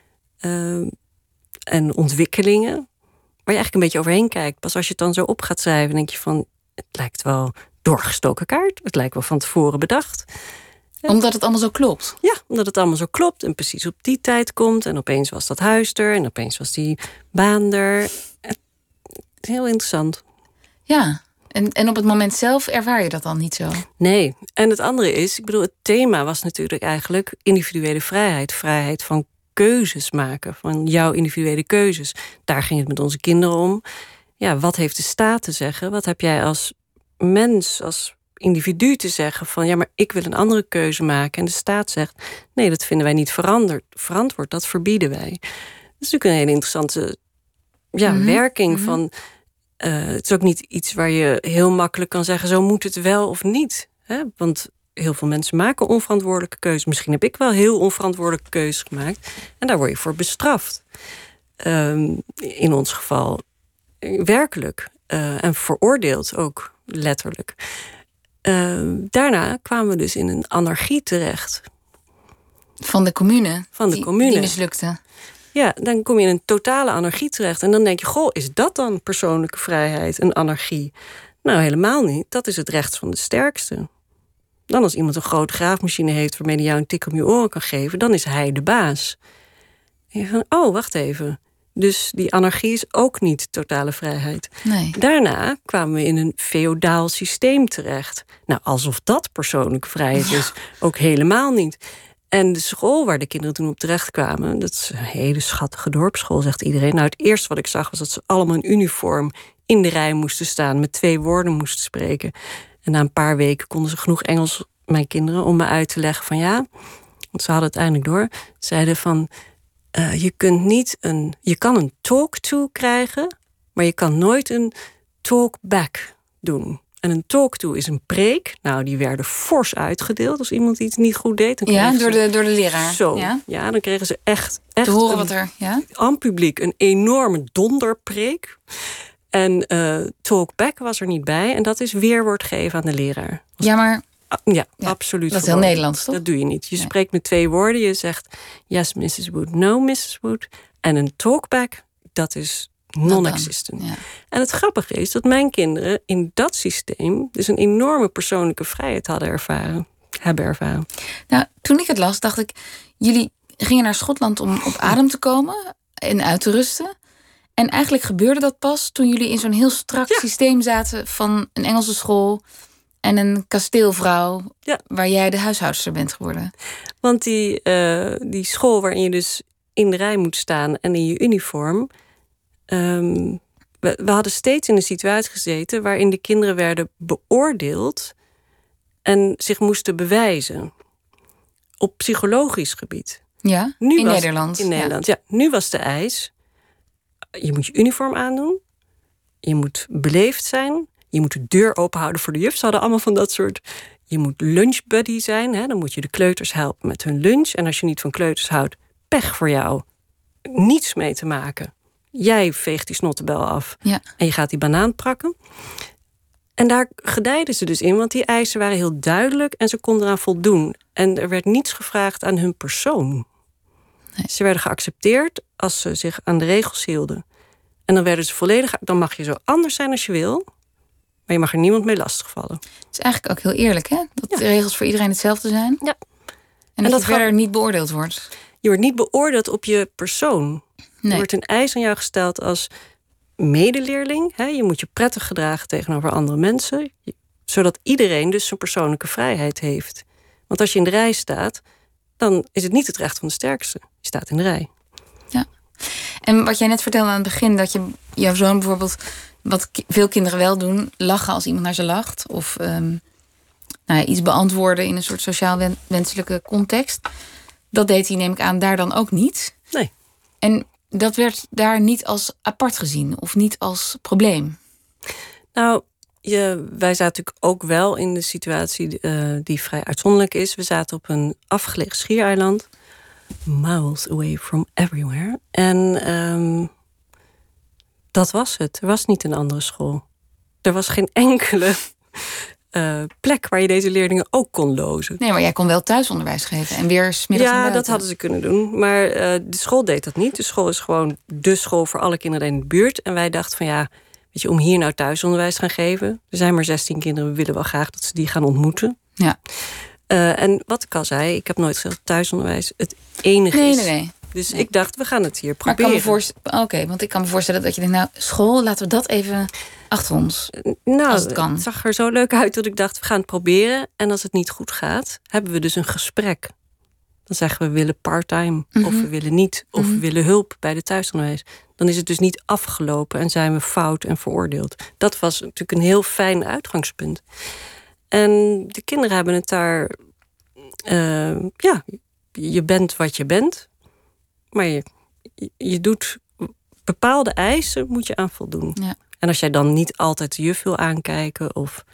S5: en ontwikkelingen... waar je eigenlijk een beetje overheen kijkt. Pas als je het dan zo op gaat schrijven... denk je van, het lijkt wel doorgestoken kaart. Het lijkt wel van tevoren bedacht.
S4: Omdat het allemaal zo klopt?
S5: Ja, omdat het allemaal zo klopt en precies op die tijd komt. En opeens was dat huis er en opeens was die baan er. Heel interessant.
S4: Ja, en op het moment zelf ervaar je dat dan niet zo?
S5: Nee, en het andere is, ik bedoel, het thema was natuurlijk eigenlijk individuele vrijheid. Vrijheid van keuzes maken, van jouw individuele keuzes. Daar ging het met onze kinderen om. Ja, wat heeft de staat te zeggen? Wat heb jij als mens, als individu te zeggen van ja, maar ik wil een andere keuze maken. En de staat zegt, nee, dat vinden wij niet verantwoord, dat verbieden wij. Dat is natuurlijk een hele interessante werking van... het is ook niet iets waar je heel makkelijk kan zeggen, zo moet het wel of niet. Hè? Want heel veel mensen maken onverantwoordelijke keuzes. Misschien heb ik wel heel onverantwoordelijke keuzes gemaakt. En daar word je voor bestraft. In ons geval werkelijk. En veroordeeld ook letterlijk. Daarna kwamen we dus in een anarchie terecht.
S4: Van de commune?
S5: Van de commune.
S4: Die mislukte.
S5: Ja, dan kom je in een totale anarchie terecht. En dan denk je, goh, is dat dan persoonlijke vrijheid, een anarchie? Nou, helemaal niet. Dat is het recht van de sterkste. Dan als iemand een grote graafmachine heeft waarmee hij jou een tik om je oren kan geven, dan is hij de baas. En je van, oh, wacht even. Dus die anarchie is ook niet totale vrijheid.
S4: Nee.
S5: Daarna kwamen we in een feodaal systeem terecht. Nou, alsof dat persoonlijke vrijheid is, ook helemaal niet. En de school waar de kinderen toen op terecht kwamen, dat is een hele schattige dorpsschool, zegt iedereen. Nou, het eerste wat ik zag was dat ze allemaal in uniform in de rij moesten staan, met 2 woorden moesten spreken. En na een paar weken konden ze genoeg Engels, mijn kinderen, om me uit te leggen van ja, want ze hadden het eindelijk door, zeiden van je kan een talk-to krijgen, maar je kan nooit een talk-back doen. En een talk-to is een preek. Nou, die werden fors uitgedeeld als iemand iets niet goed deed. Dan
S4: door de leraar.
S5: Zo, ja, dan kregen ze echt
S4: te horen wat er,
S5: aan publiek een enorme donderpreek. En talk-back was er niet bij. En dat is weerwoord geven aan de leraar.
S4: Ja, maar...
S5: Ja, absoluut.
S4: Dat is heel Nederlands, toch?
S5: Dat doe je niet. Je spreekt met 2 woorden. Je zegt, yes, Mrs. Wood, no, Mrs. Wood. En een talk-back, dat is non-existent. Ja. En het grappige is dat mijn kinderen in dat systeem dus een enorme persoonlijke vrijheid hebben ervaren.
S4: Nou, toen ik het las, dacht ik, jullie gingen naar Schotland om op adem te komen en uit te rusten. En eigenlijk gebeurde dat pas toen jullie in zo'n heel strak systeem zaten van een Engelse school en een kasteelvrouw, waar jij de huishoudster bent geworden.
S5: Want die school waarin je dus in de rij moet staan en in je uniform, we hadden steeds in een situatie gezeten waarin de kinderen werden beoordeeld en zich moesten bewijzen. Op psychologisch gebied.
S4: Ja, Nederland.
S5: In Nederland, ja. Nu was de eis, je moet je uniform aandoen, je moet beleefd zijn, je moet de deur openhouden voor de juf. Ze hadden allemaal van dat soort, je moet lunchbuddy zijn, hè? Dan moet je de kleuters helpen met hun lunch. En als je niet van kleuters houdt, pech voor jou. Niets mee te maken. Jij veegt die snottebel af.
S4: Ja.
S5: En je gaat die banaan prakken. En daar gedijden ze dus in, want die eisen waren heel duidelijk en ze konden eraan voldoen. En er werd niets gevraagd aan hun persoon.
S4: Nee.
S5: Ze werden geaccepteerd als ze zich aan de regels hielden. En dan werden ze volledig, dan mag je zo anders zijn als je wil, maar je mag er niemand mee lastigvallen.
S4: Het is eigenlijk ook heel eerlijk, hè? Dat de regels voor iedereen hetzelfde zijn.
S5: Ja.
S4: En dat je verder niet beoordeeld wordt.
S5: Je wordt niet beoordeeld op je persoon.
S4: Nee.
S5: Er wordt een eis aan jou gesteld als medeleerling. Hè? Je moet je prettig gedragen tegenover andere mensen, zodat iedereen dus zijn persoonlijke vrijheid heeft. Want als je in de rij staat, dan is het niet het recht van de sterkste. Je staat in de rij.
S4: Ja. En wat jij net vertelde aan het begin, dat jouw zoon bijvoorbeeld, wat veel kinderen wel doen, lachen als iemand naar ze lacht. Of iets beantwoorden in een soort sociaal wenselijke context. Dat deed hij, neem ik aan, daar dan ook niet.
S5: Nee.
S4: En dat werd daar niet als apart gezien of niet als probleem?
S5: Nou, wij zaten natuurlijk ook wel in de situatie die vrij uitzonderlijk is. We zaten op een afgelegen schiereiland. Miles away from everywhere. En dat was het. Er was niet een andere school. Er was geen enkele plek waar je deze leerlingen ook kon lozen.
S4: Nee, maar jij kon wel thuisonderwijs geven en weer 's middags naar buiten.
S5: Ja, dat hadden ze kunnen doen. Maar de school deed dat niet. De school is gewoon de school voor alle kinderen in de buurt. En wij dachten van ja, weet je, om hier nou thuisonderwijs te gaan geven. Er zijn maar 16 kinderen, we willen wel graag dat ze die gaan ontmoeten.
S4: Ja.
S5: En wat ik al zei, ik heb nooit gezegd dat thuisonderwijs het enige is.
S4: Nee.
S5: Dus ik dacht, we gaan het hier
S4: Maar
S5: proberen.
S4: Want ik kan me voorstellen dat je denkt, nou, school, laten we dat even achter ons.
S5: Nou,
S4: als het kan.
S5: het zag er zo leuk uit dat ik dacht, we gaan het proberen. En als het niet goed gaat, hebben we dus een gesprek. Dan zeggen we willen parttime, of we willen niet, of we willen hulp bij de thuisonderwijs. Dan is het dus niet afgelopen en zijn we fout en veroordeeld. Dat was natuurlijk een heel fijn uitgangspunt. En de kinderen hebben het daar... je bent wat je bent. Maar je doet bepaalde eisen, moet je aan voldoen.
S4: Ja.
S5: En als jij dan niet altijd de juf wil aankijken... of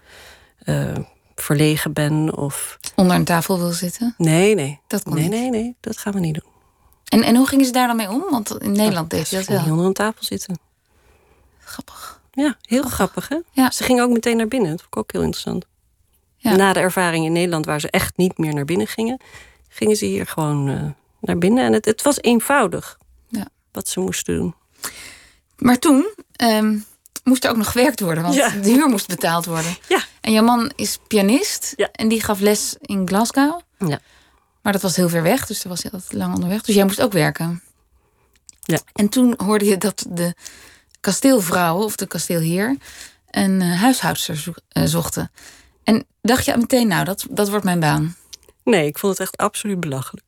S5: verlegen bent, of...
S4: Onder een tafel wil zitten?
S5: Nee.
S4: Dat kon niet.
S5: Nee, dat gaan we niet doen.
S4: En hoe gingen ze daar dan mee om? Want in Nederland deed je dat wel.
S5: Niet onder een tafel zitten.
S4: Grappig.
S5: Ja, heel grappig, hè?
S4: Ja.
S5: Ze gingen ook meteen naar binnen. Dat vond ik ook heel interessant.
S4: Ja.
S5: Na de ervaring in Nederland, waar ze echt niet meer naar binnen gingen... gingen ze hier gewoon naar binnen. En het was eenvoudig wat ze moesten doen.
S4: Maar toen moest er ook nog gewerkt worden, want
S5: Ja.
S4: de huur moest betaald worden.
S5: Ja.
S4: En jouw man is pianist
S5: Ja.
S4: en die gaf les in Glasgow.
S5: Ja.
S4: Maar dat was heel ver weg, dus daar was je altijd lang onderweg. Dus jij moest ook werken.
S5: Ja.
S4: En toen hoorde je dat de kasteelvrouwen of de kasteelheer een huishoudster zochten. En dacht je meteen, nou, dat wordt mijn baan.
S5: Nee, ik vond het echt absoluut belachelijk.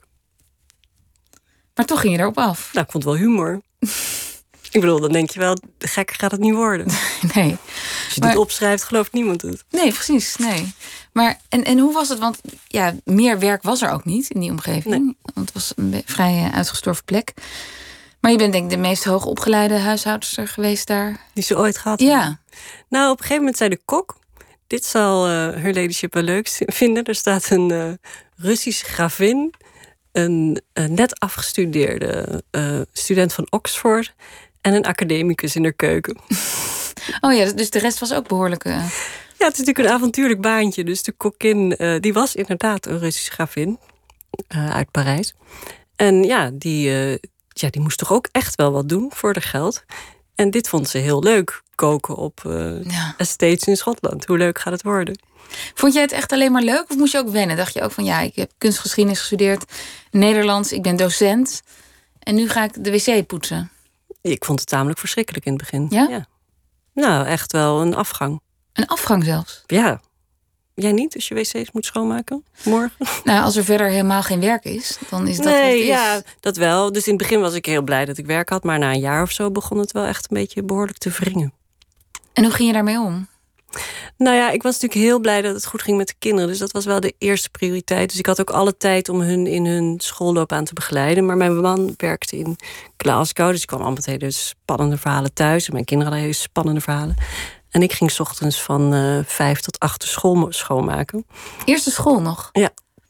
S4: Maar toch ging je erop af.
S5: Nou, ik vond het wel humor. Ik bedoel, dan denk je wel, gekker gaat het niet worden.
S4: Nee.
S5: Als je dit opschrijft, gelooft niemand het.
S4: Nee, precies, nee. Maar, en hoe was het? Want ja, meer werk was er ook niet in die omgeving.
S5: Nee.
S4: Want het was een vrij uitgestorven plek. Maar je bent denk ik de meest hoogopgeleide huishoudster geweest daar.
S5: Die ze ooit gehad.
S4: Ja.
S5: Nou, op een gegeven moment zei de kok... dit zal Her Ladyship wel leuk vinden. Er staat een Russische gravin... een net afgestudeerde student van Oxford... en een academicus in haar keuken.
S4: Oh ja, dus de rest was ook behoorlijk...
S5: Ja, het is natuurlijk een avontuurlijk baantje. Dus de kokkin, die was inderdaad een Russische gravin... uit Parijs. En ja, die moest toch ook echt wel wat doen voor de geld. En dit vond ze heel leuk, koken op estates in Schotland. Hoe leuk gaat het worden?
S4: Vond jij het echt alleen maar leuk of moest je ook wennen? Dacht je ook van, ja, ik heb kunstgeschiedenis gestudeerd... Nederlands, ik ben docent... en nu ga ik de wc poetsen.
S5: Ik vond het tamelijk verschrikkelijk in het begin.
S4: Ja?
S5: Nou, echt wel een afgang.
S4: Een afgang zelfs?
S5: Ja. Jij niet, als je wc's moet schoonmaken morgen?
S4: Nou, als er verder helemaal geen werk is, dan is dat wat het
S5: Nee,
S4: is.
S5: ja, dat wel. Dus in het begin was ik heel blij dat ik werk had... maar na een jaar of zo begon het wel echt een beetje behoorlijk te wringen.
S4: En hoe ging je daarmee om?
S5: Nou ja, ik was natuurlijk heel blij dat het goed ging met de kinderen. Dus dat was wel de eerste prioriteit. Dus ik had ook alle tijd om hun in hun schoolloopbaan te begeleiden. Maar mijn man werkte in Glasgow. Dus ik kwam allemaal met hele spannende verhalen thuis. En mijn kinderen hadden hele spannende verhalen. En ik ging 's ochtends van 5 tot 8 de school schoonmaken.
S4: Eerste school nog?
S5: Ja.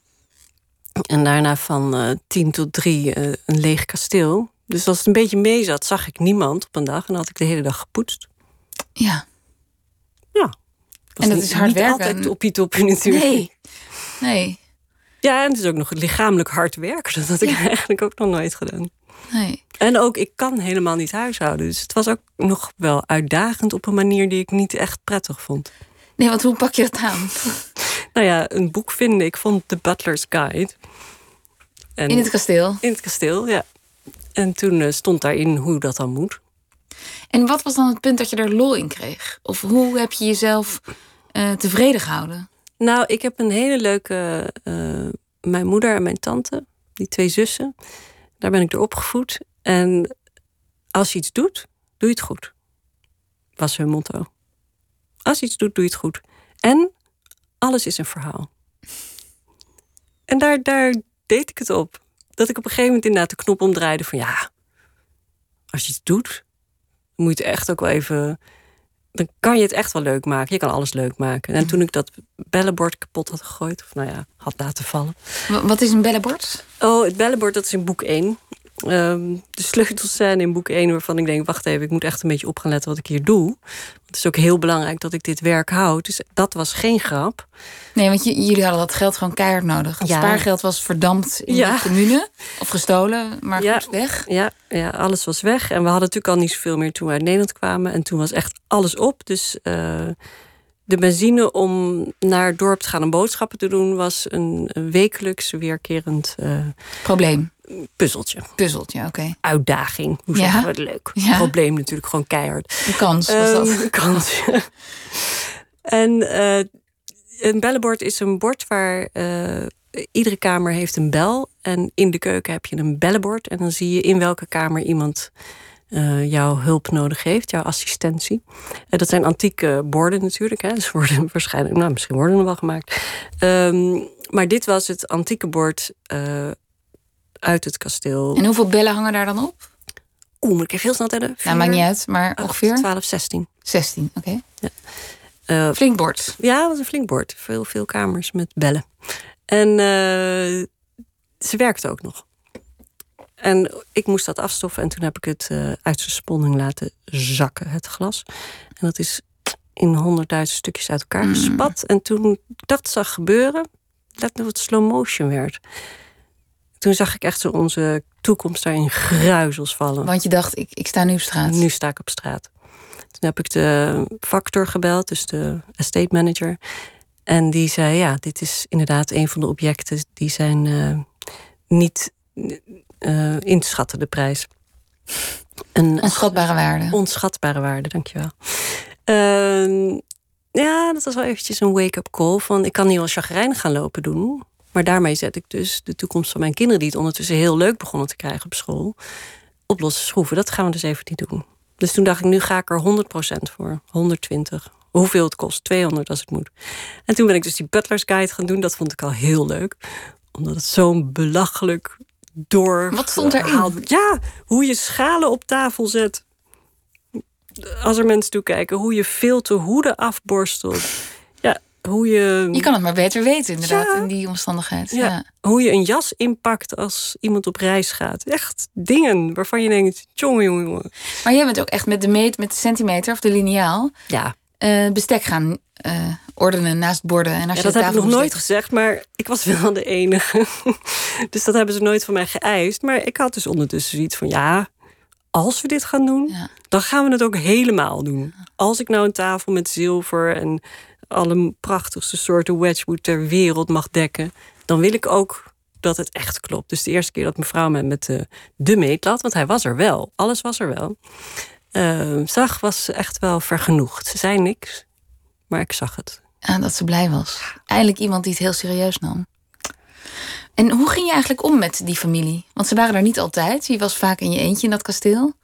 S5: En daarna van 10 tot 3 een leeg kasteel. Dus als het een beetje mee zat, zag ik niemand op een dag. En dan had ik de hele dag gepoetst.
S4: Ja.
S5: Ja.
S4: En dat is hard
S5: niet
S4: werken.
S5: altijd toppie natuurlijk.
S4: Nee.
S5: Ja, en het is ook nog lichamelijk hard werken. Dat had ik eigenlijk ook nog nooit gedaan.
S4: Nee.
S5: En ook, ik kan helemaal niet huishouden. Dus het was ook nog wel uitdagend op een manier die ik niet echt prettig vond.
S4: Nee, want hoe pak je dat aan?
S5: Nou ja, een boek vinden. Ik vond The Butler's Guide. En
S4: In het kasteel?
S5: In het kasteel, ja. En toen stond daarin hoe dat dan moet.
S4: En wat was dan het punt dat je er lol in kreeg? Of hoe heb je jezelf tevreden gehouden?
S5: Nou, ik heb een hele leuke... mijn moeder en mijn tante, die 2 zussen... daar ben ik door opgevoed. En als je iets doet, doe je het goed. Was hun motto. Als je iets doet, doe je het goed. En alles is een verhaal. En daar deed ik het op. Dat ik op een gegeven moment inderdaad de knop omdraaide van... ja, als je iets doet, moet je het echt ook wel even... dan kan je het echt wel leuk maken. Je kan alles leuk maken. En toen ik dat bellenbord kapot had gegooid... of nou ja, had laten vallen.
S4: Wat is een bellenbord?
S5: Oh, het bellenbord, dat is in boek 1. De sleutels zijn in boek 1 waarvan ik denk... wacht even, ik moet echt een beetje op gaan letten wat ik hier doe. Het is ook heel belangrijk dat ik dit werk houd. Dus dat was geen grap.
S4: Nee, want jullie hadden dat geld gewoon keihard nodig. Het spaargeld was verdampt in de commune. Of gestolen, maar goed, weg.
S5: Ja, alles was weg. En we hadden natuurlijk al niet zoveel meer toen we uit Nederland kwamen. En toen was echt alles op. Dus de benzine om naar het dorp te gaan en boodschappen te doen was een wekelijks weerkerend
S4: Probleem.
S5: Puzzeltje,
S4: oké.
S5: Uitdaging. Hoe zeggen we het leuk?
S4: Ja.
S5: Probleem natuurlijk gewoon keihard.
S4: De kans was dat.
S5: De kans, ja. En een bellenbord is een bord waar iedere kamer heeft een bel. En in de keuken heb je een bellenbord. En dan zie je in welke kamer iemand jouw hulp nodig heeft, jouw assistentie. Dat zijn antieke borden natuurlijk. Hè. Dus worden waarschijnlijk, misschien worden er wel gemaakt. Maar dit was het antieke bord uit het kasteel.
S4: En hoeveel bellen hangen daar dan op?
S5: Moet ik even heel snel tellen?
S4: Maakt niet uit, maar ongeveer?
S5: 12, 16.
S4: 16, oké.
S5: Ja.
S4: Flink bord.
S5: Ja, dat was een flink bord. Veel kamers met bellen. En ze werkte ook nog. En ik moest dat afstoffen en toen heb ik het uit zijn sponning laten zakken, het glas. En dat is in 100.000 stukjes uit elkaar gespat. En toen ik dat zag gebeuren, let op het slow motion werd. Toen zag ik echt zo onze toekomst daar in gruizels vallen.
S4: Want je dacht, ik sta nu op straat.
S5: Nu sta ik op straat. Toen heb ik de factor gebeld, dus de estate manager. En die zei, ja, dit is inderdaad een van de objecten die zijn niet in te schatten, de prijs.
S4: Onschatbare waarde.
S5: Onschatbare waarde, dankjewel. Ja, dat was wel eventjes een wake-up call. Van ik kan niet wel chagrijnig gaan lopen doen. Maar daarmee zet ik dus de toekomst van mijn kinderen, die het ondertussen heel leuk begonnen te krijgen op school, op losse schroeven. Dat gaan we dus even niet doen. Dus toen dacht ik, nu ga ik er 100% voor. 120. Hoeveel het kost. 200 als het moet. En toen ben ik dus die Butler's Guide gaan doen. Dat vond ik al heel leuk. Omdat het zo'n belachelijk door...
S4: Wat stond erin?
S5: Ja, hoe je schalen op tafel zet. Als er mensen toekijken. Hoe je filterhoeden afborstelt. Ja, hoe je...
S4: Je kan het maar beter weten, inderdaad, in die omstandigheid. Ja.
S5: Hoe je een jas inpakt als iemand op reis gaat. Echt dingen waarvan je denkt, jongen.
S4: Maar jij bent ook echt met de centimeter of de liniaal...
S5: Ja.
S4: Bestek gaan ordenen naast borden. En als je
S5: dat heb ik nog nooit gezegd, maar ik was wel de enige. Dus dat hebben ze nooit van mij geëist. Maar ik had dus ondertussen zoiets van, ja, als we dit gaan doen, dan gaan we het ook helemaal doen. Als ik nou een tafel met zilver en alle prachtigste soorten wedgwood ter wereld mag dekken, dan wil ik ook dat het echt klopt. Dus de eerste keer dat mevrouw me met de meetlat, want hij was er wel, alles was er wel, zag, was ze echt wel vergenoegd. Ze zei niks, maar ik zag het.
S4: Ja, dat ze blij was. Eindelijk iemand die het heel serieus nam. En hoe ging je eigenlijk om met die familie? Want ze waren er niet altijd. Je was vaak in je eentje in dat kasteel.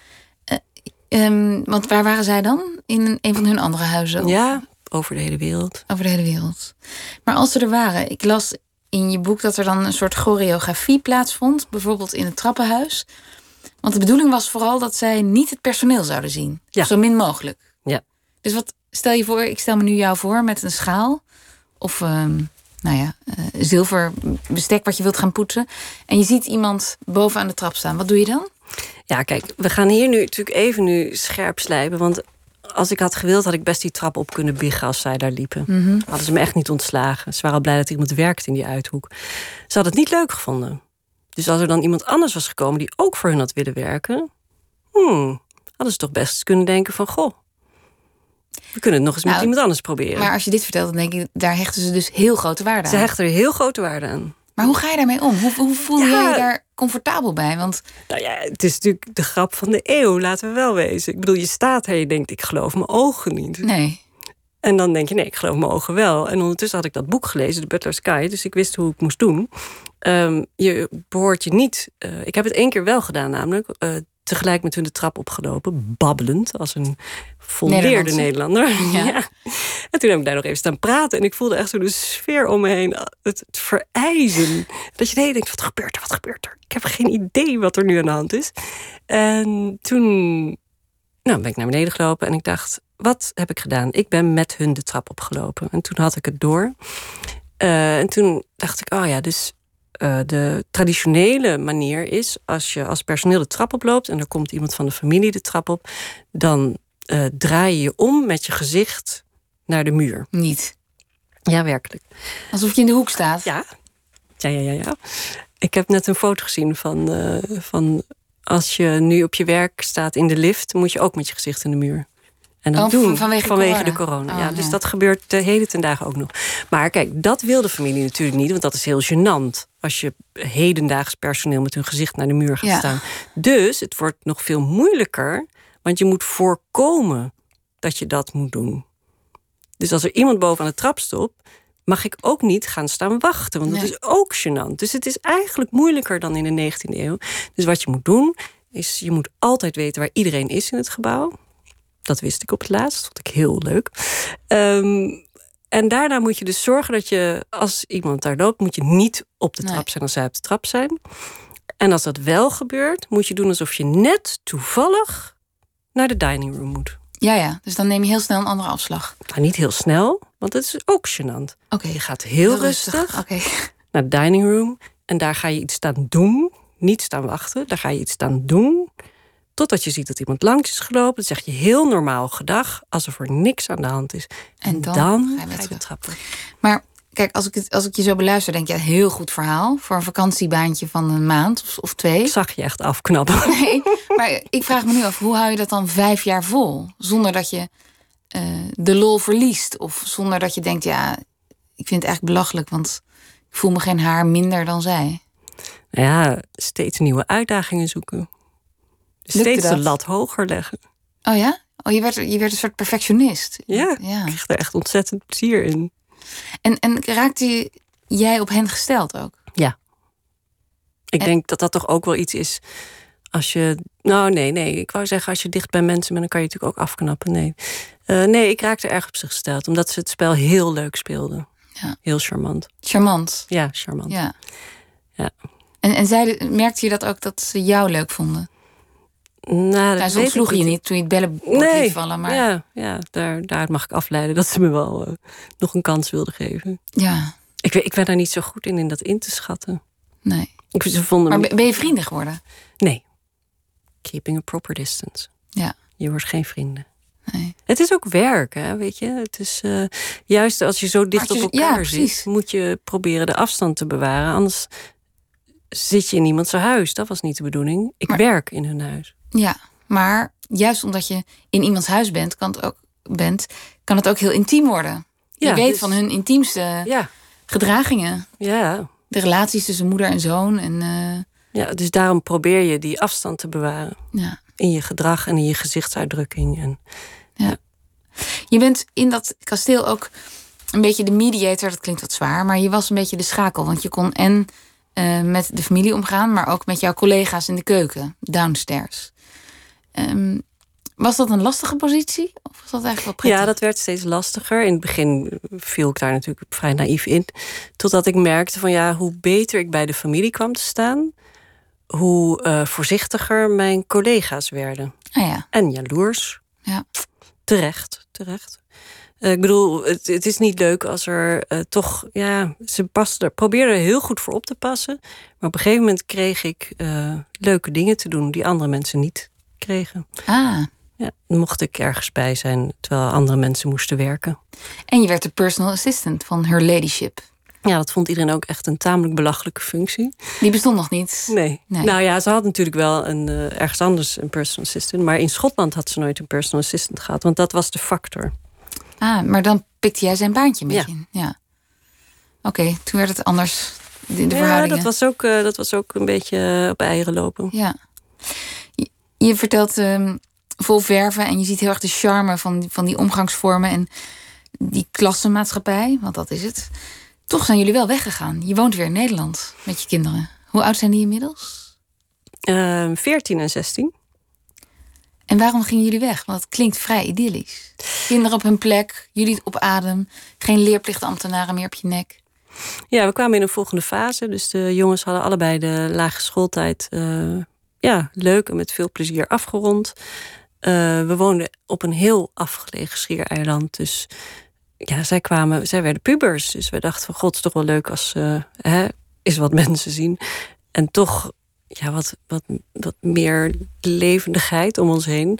S4: Want waar waren zij dan? In een van hun andere huizen?
S5: Ja, over de hele wereld.
S4: Over de hele wereld. Maar als ze er waren, ik las in je boek dat er dan een soort choreografie plaatsvond. Bijvoorbeeld in het trappenhuis. Want de bedoeling was vooral dat zij niet het personeel zouden zien.
S5: Ja.
S4: Zo min mogelijk.
S5: Ja.
S4: Dus wat stel je voor, ik stel me nu jou voor met een schaal. Of zilver bestek wat je wilt gaan poetsen. En je ziet iemand boven aan de trap staan. Wat doe je dan?
S5: Ja, kijk, we gaan hier nu natuurlijk even scherp slijpen. Want als ik had gewild, had ik best die trap op kunnen biggen als zij daar liepen. Hadden ze me echt niet ontslagen. Ze waren al blij dat iemand werkte in die uithoek. Ze hadden het niet leuk gevonden. Dus als er dan iemand anders was gekomen die ook voor hun had willen werken, hadden ze toch best eens kunnen denken van, goh, we kunnen het nog eens met iemand anders proberen.
S4: Maar als je dit vertelt, dan denk ik, daar hechten ze dus heel grote waarde aan.
S5: Ze hechten er heel grote waarde aan.
S4: Maar hoe ga je daarmee om? Hoe voel jij je daar comfortabel bij? Want
S5: nou ja, het is natuurlijk de grap van de eeuw, laten we wel wezen. Ik bedoel, je staat er en je denkt, ik geloof mijn ogen niet.
S4: Nee.
S5: En dan denk je, nee, ik geloof mijn ogen wel. En ondertussen had ik dat boek gelezen, de Butler's Guide, dus ik wist hoe ik moest doen. Je behoort je niet... ik heb het 1 keer wel gedaan, namelijk tegelijk met hun de trap opgelopen, babbelend, als een volleerde Nederlander. Ja. En toen heb ik daar nog even staan praten en ik voelde echt zo de sfeer om me heen, het verijzen. Dat je de hele denkt, wat gebeurt er? Ik heb geen idee wat er nu aan de hand is. En toen ben ik naar beneden gelopen en ik dacht, wat heb ik gedaan? Ik ben met hun de trap opgelopen. En toen had ik het door. En toen dacht ik, dus de traditionele manier is, als je als personeel de trap oploopt en er komt iemand van de familie de trap op, dan draai je je om met je gezicht naar de muur.
S4: Niet?
S5: Ja, werkelijk.
S4: Alsof je in de hoek staat?
S5: Ja. Ik heb net een foto gezien van als je nu op je werk staat in de lift, moet je ook met je gezicht in de muur. En dat
S4: vanwege
S5: de corona. Dus dat gebeurt de hele ten dagen ook nog. Maar kijk, dat wil de familie natuurlijk niet, want dat is heel gênant als je hedendaags personeel met hun gezicht naar de muur gaat staan. Dus het wordt nog veel moeilijker, want je moet voorkomen dat je dat moet doen. Dus als er iemand boven aan de trap stopt, mag ik ook niet gaan staan wachten, want dat is ook gênant. Dus het is eigenlijk moeilijker dan in de 19e eeuw. Dus wat je moet doen, is je moet altijd weten waar iedereen is in het gebouw. Dat wist ik op het laatst, vond ik heel leuk. En daarna moet je dus zorgen dat je, als iemand daar loopt, moet je niet op de trap zijn als zij op de trap zijn. En als dat wel gebeurt, moet je doen alsof je net toevallig naar de dining room moet.
S4: Ja, dus dan neem je heel snel een andere afslag.
S5: Nou, niet heel snel, want het is ook gênant. Je gaat heel rustig naar de dining room en daar ga je iets staan doen. Niet staan wachten, daar ga je iets staan doen. Totdat je ziet dat iemand langs is gelopen. Dan zeg je heel normaal gedag, alsof er niks aan de hand is. En dan ga je de trap op.
S4: Maar kijk, als ik je zo beluister, denk je, heel goed verhaal. Voor een vakantiebaantje van een maand of 2.
S5: Ik zag je echt afknappen.
S4: Nee, maar ik vraag me nu af, hoe hou je dat dan 5 jaar vol? Zonder dat je de lol verliest. Of zonder dat je denkt, ja, ik vind het eigenlijk belachelijk. Want ik voel me geen haar minder dan zij.
S5: Ja, steeds nieuwe uitdagingen zoeken. Steeds de lat hoger leggen.
S4: Oh ja? Oh, je werd een soort perfectionist.
S5: Ja. Ik kreeg er echt ontzettend plezier in.
S4: En raakte jij op hen gesteld ook?
S5: Ja. Ik denk dat dat toch ook wel iets is. Als je... Nou, nee. Ik wou zeggen, als je dicht bij mensen bent, dan kan je natuurlijk ook afknappen. Nee, ik raakte erg op ze gesteld. Omdat ze het spel heel leuk speelden. Ja. Heel charmant.
S4: Charmant?
S5: Ja, charmant.
S4: Ja. En merkte je dat ook, dat ze jou leuk vonden?
S5: Nou,
S4: ze ontsloegen je niet toen je het bellenbord liet vallen. Maar...
S5: Ja, daaruit mag ik afleiden dat ze me wel nog een kans wilden geven.
S4: Ja.
S5: Ik ben daar niet zo goed in dat in te schatten.
S4: Nee.
S5: Maar
S4: ben je vrienden geworden?
S5: Nee. Keeping a proper distance.
S4: Ja.
S5: Je wordt geen vrienden.
S4: Nee.
S5: Het is ook werk, hè, weet je. Het is juist als je zo dicht op elkaar zit, moet je proberen de afstand te bewaren. Anders zit je in iemands huis. Dat was niet de bedoeling. Ik werk in hun huis.
S4: Ja, maar juist omdat je in iemands huis bent, kan het ook heel intiem worden. Je weet van hun intiemste gedragingen.
S5: Ja.
S4: De relaties tussen moeder en zoon.
S5: Ja, dus daarom probeer je die afstand te bewaren.
S4: Ja.
S5: In je gedrag en in je gezichtsuitdrukking.
S4: Ja. Je bent in dat kasteel ook een beetje de mediator. Dat klinkt wat zwaar, maar je was een beetje de schakel. Want je kon met de familie omgaan, maar ook met jouw collega's in de keuken, downstairs. Was dat een lastige positie? Of was dat eigenlijk wel prettig?
S5: Ja, dat werd steeds lastiger. In het begin viel ik daar natuurlijk vrij naïef in. Totdat ik merkte van hoe beter ik bij de familie kwam te staan, hoe voorzichtiger mijn collega's werden.
S4: Ah ja.
S5: En jaloers.
S4: Ja.
S5: Terecht. Ik bedoel, het is niet leuk als er toch... Ja, ze probeerden er heel goed voor op te passen. Maar op een gegeven moment kreeg ik leuke dingen te doen die andere mensen niet kregen.
S4: Ah.
S5: Ja, dan mocht ik ergens bij zijn terwijl andere mensen moesten werken.
S4: En je werd de personal assistant van Her Ladyship.
S5: Ja, dat vond iedereen ook echt een tamelijk belachelijke functie.
S4: Die bestond nog niet?
S5: Nee. Nou ja, ze had natuurlijk wel ergens anders een personal assistant. Maar in Schotland had ze nooit een personal assistant gehad. Want dat was de factor.
S4: Ah, maar dan pikte jij zijn baantje een beetje in. Ja. Oké, toen werd het anders in de verhoudingen.
S5: Dat was ook een beetje op eieren lopen.
S4: Ja. Je vertelt vol verven en je ziet heel erg de charme van die omgangsvormen en die klassenmaatschappij, want dat is het. Toch zijn jullie wel weggegaan. Je woont weer in Nederland met je kinderen. Hoe oud zijn die inmiddels?
S5: 14 en 16.
S4: En waarom gingen jullie weg? Want het klinkt vrij idyllisch. Kinderen op hun plek, jullie op adem. Geen leerplichtambtenaren meer op je nek.
S5: Ja, we kwamen in een volgende fase. Dus de jongens hadden allebei de lagere schooltijd leuk en met veel plezier afgerond. We woonden op een heel afgelegen schiereiland. Dus ja, zij werden pubers. Dus we dachten van god, het is toch wel leuk als eens wat mensen zien. En toch wat meer levendigheid om ons heen.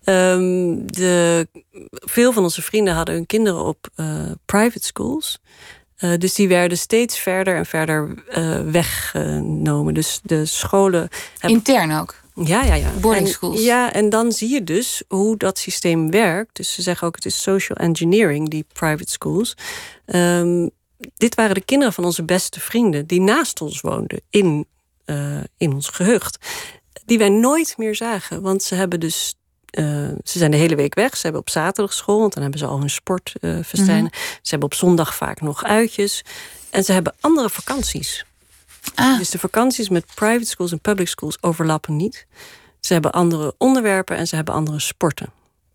S5: Veel van onze vrienden hadden hun kinderen op private schools. Dus die werden steeds verder en verder weggenomen. Dus de scholen...
S4: Intern ook?
S5: Ja.
S4: Boarding schools.
S5: En dan zie je dus hoe dat systeem werkt. Dus ze zeggen ook, het is social engineering, die private schools. Dit waren de kinderen van onze beste vrienden die naast ons woonden in ons gehucht. Die wij nooit meer zagen. Want ze hebben dus ze zijn de hele week weg. Ze hebben op zaterdag school, want dan hebben ze al hun sportfestijnen. Ze hebben op zondag vaak nog uitjes. En ze hebben andere vakanties. Dus de vakanties met private schools en public schools overlappen niet. Ze hebben andere onderwerpen en ze hebben andere sporten.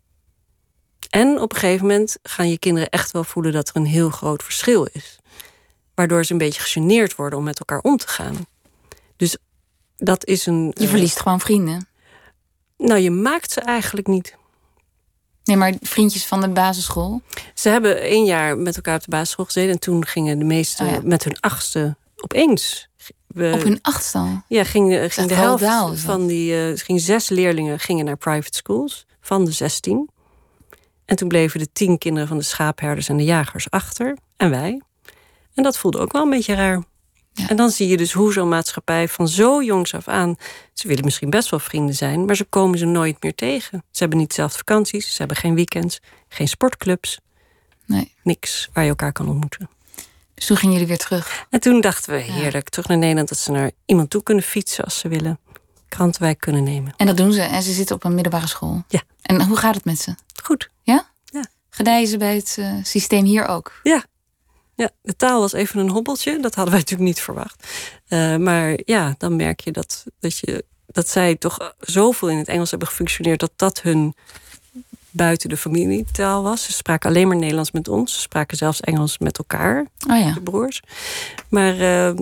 S5: En op een gegeven moment gaan je kinderen echt wel voelen dat er een heel groot verschil is. Waardoor ze een beetje gegeneerd worden om met elkaar om te gaan. Dus dat is een...
S4: Je verliest gewoon vrienden.
S5: Nou, je maakt ze eigenlijk niet.
S4: Nee, maar vriendjes van de basisschool?
S5: Ze hebben 1 jaar met elkaar op de basisschool gezeten. En toen gingen de meesten met hun 8e opeens.
S4: Op hun 8e al?
S5: Ja, ging de helft van die... 6 leerlingen gingen naar private schools van de 16. En toen bleven de 10 kinderen van de schaapherders en de jagers achter. En wij. En dat voelde ook wel een beetje raar. Ja. En dan zie je dus hoe zo'n maatschappij van zo jongs af aan... Ze willen misschien best wel vrienden zijn, maar ze komen ze nooit meer tegen. Ze hebben niet dezelfde vakanties, ze hebben geen weekends, geen sportclubs.
S4: Nee.
S5: Niks waar je elkaar kan ontmoeten.
S4: Dus toen gingen jullie weer terug?
S5: En toen dachten we, heerlijk, terug naar Nederland... dat ze naar iemand toe kunnen fietsen als ze willen. Krantenwijk kunnen nemen.
S4: En dat doen ze. En ze zitten op een middelbare school.
S5: Ja.
S4: En hoe gaat het met ze?
S5: Goed.
S4: Ja?
S5: Ja.
S4: Gedijen ze bij het systeem hier ook?
S5: Ja. Ja, de taal was even een hobbeltje. Dat hadden wij natuurlijk niet verwacht. Maar ja, dan merk je dat zij toch zoveel in het Engels hebben gefunctioneerd... dat hun buiten de familietaal was. Ze spraken alleen maar Nederlands met ons. Ze spraken zelfs Engels met elkaar, de broers. Maar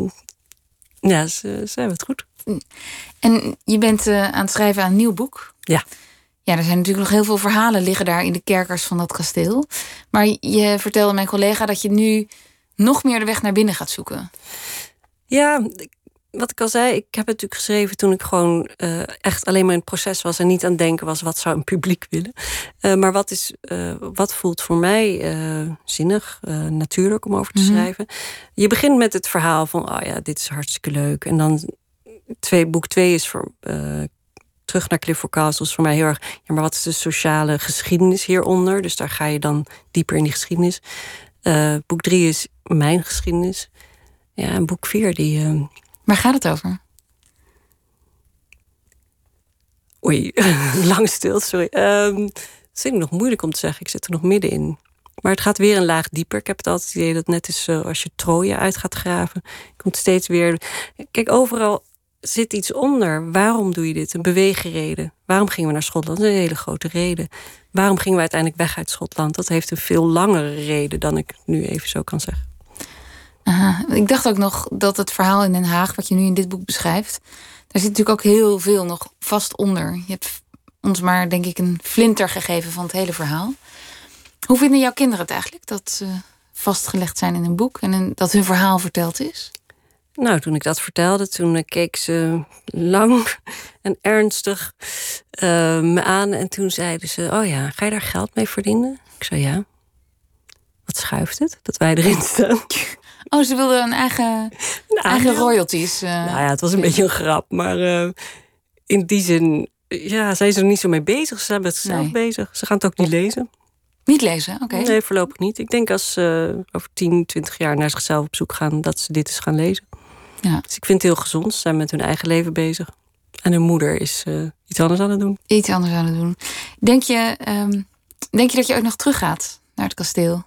S5: ze hebben het goed.
S4: En je bent aan het schrijven aan een nieuw boek.
S5: Ja.
S4: Ja, er zijn natuurlijk nog heel veel verhalen liggen daar in de kerkers van dat kasteel. Maar je vertelde mijn collega dat je nu nog meer de weg naar binnen gaat zoeken. Ja,
S5: wat ik al zei, ik heb het natuurlijk geschreven toen ik gewoon echt alleen maar in het proces was en niet aan het denken was, wat zou een publiek willen? Maar wat voelt voor mij zinnig, natuurlijk om over te schrijven? Je begint met het verhaal van, dit is hartstikke leuk. En dan boek 2 is voor... Terug naar Clifford Castle is voor mij heel erg... Ja, maar wat is de sociale geschiedenis hieronder? Dus daar ga je dan dieper in die geschiedenis. Boek 3 is mijn geschiedenis. Ja, en boek 4 die...
S4: Waar gaat het over?
S5: Oei, lang stil, sorry. Het is nog moeilijk om te zeggen. Ik zit er nog middenin. Maar het gaat weer een laag dieper. Ik heb het altijd idee dat net is als je Troje uit gaat graven. Komt steeds weer... Kijk, overal... zit iets onder. Waarom doe je dit? Een beweegreden. Waarom gingen we naar Schotland? Dat is een hele grote reden. Waarom gingen we uiteindelijk weg uit Schotland? Dat heeft een veel langere reden dan ik nu even zo kan zeggen.
S4: Aha. Ik dacht ook nog dat het verhaal in Den Haag, wat je nu in dit boek beschrijft, daar zit natuurlijk ook heel veel nog vast onder. Je hebt ons maar, denk ik, een flinter gegeven van het hele verhaal. Hoe vinden jouw kinderen het eigenlijk dat ze vastgelegd zijn in een boek en dat hun verhaal verteld is?
S5: Nou, toen ik dat vertelde, toen keek ze lang en ernstig me aan. En toen zeiden ze, ga je daar geld mee verdienen? Ik zei, ja. Wat schuift het, dat wij erin staan?
S4: Oh, ze wilden een eigen royalties.
S5: Nou ja, het was een beetje een grap. Maar in die zin, zijn ze er niet zo mee bezig. Ze zijn met zichzelf bezig. Ze gaan het ook niet lezen.
S4: Niet lezen? Oké.
S5: Nee, voorlopig niet. Ik denk als ze over 10, 20 jaar naar zichzelf op zoek gaan, dat ze dit eens gaan lezen. Ja. Dus ik vind het heel gezond. Ze zijn met hun eigen leven bezig. En hun moeder is iets anders aan het doen.
S4: Iets anders aan het doen. Denk je dat je ook nog teruggaat naar het kasteel?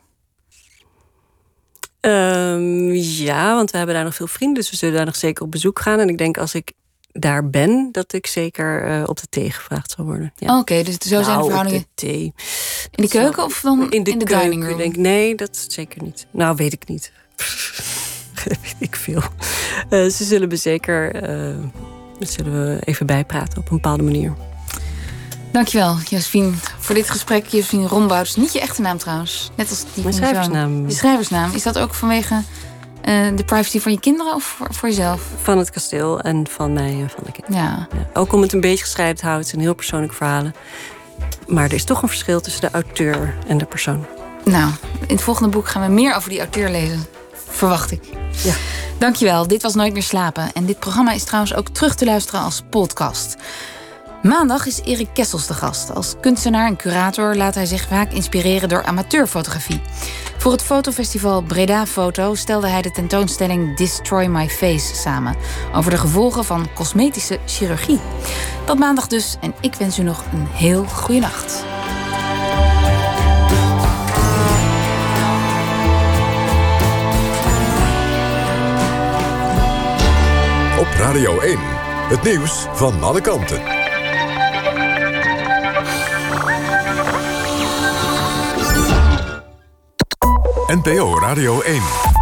S5: Ja, want we hebben daar nog veel vrienden. Dus we zullen daar nog zeker op bezoek gaan. En ik denk als ik daar ben, dat ik zeker op de thee gevraagd zal worden. Ja.
S4: Oké, dus zo zijn de verhoudingen.
S5: Op de thee.
S4: In de keuken of dan in de dining room?
S5: Denk, nee, dat zeker niet. Nou, weet ik niet. Weet ik veel. Ze zullen me zeker... dat zullen we even bijpraten op een bepaalde manier.
S4: Dankjewel, Josephine, voor dit gesprek. Josephine Rombouts, niet je echte naam trouwens. Net als die
S5: mijn schrijversnaam.
S4: Je schrijversnaam. Is dat ook vanwege de privacy van je kinderen of voor jezelf?
S5: Van het kasteel en van mij en van de kinderen.
S4: Ja.
S5: Ook om het een beetje gescheiden te houden. Het zijn heel persoonlijke verhalen. Maar er is toch een verschil tussen de auteur en de persoon.
S4: Nou, in het volgende boek gaan we meer over die auteur lezen. Verwacht ik.
S5: Ja.
S4: Dankjewel, dit was Nooit meer slapen. En dit programma is trouwens ook terug te luisteren als podcast. Maandag is Erik Kessels de gast. Als kunstenaar en curator laat hij zich vaak inspireren door amateurfotografie. Voor het fotofestival Breda Foto stelde hij de tentoonstelling Destroy My Face samen. Over de gevolgen van cosmetische chirurgie. Dat maandag dus en ik wens u nog een heel goede nacht.
S2: Op Radio 1, het nieuws van alle kanten. NPO Radio 1.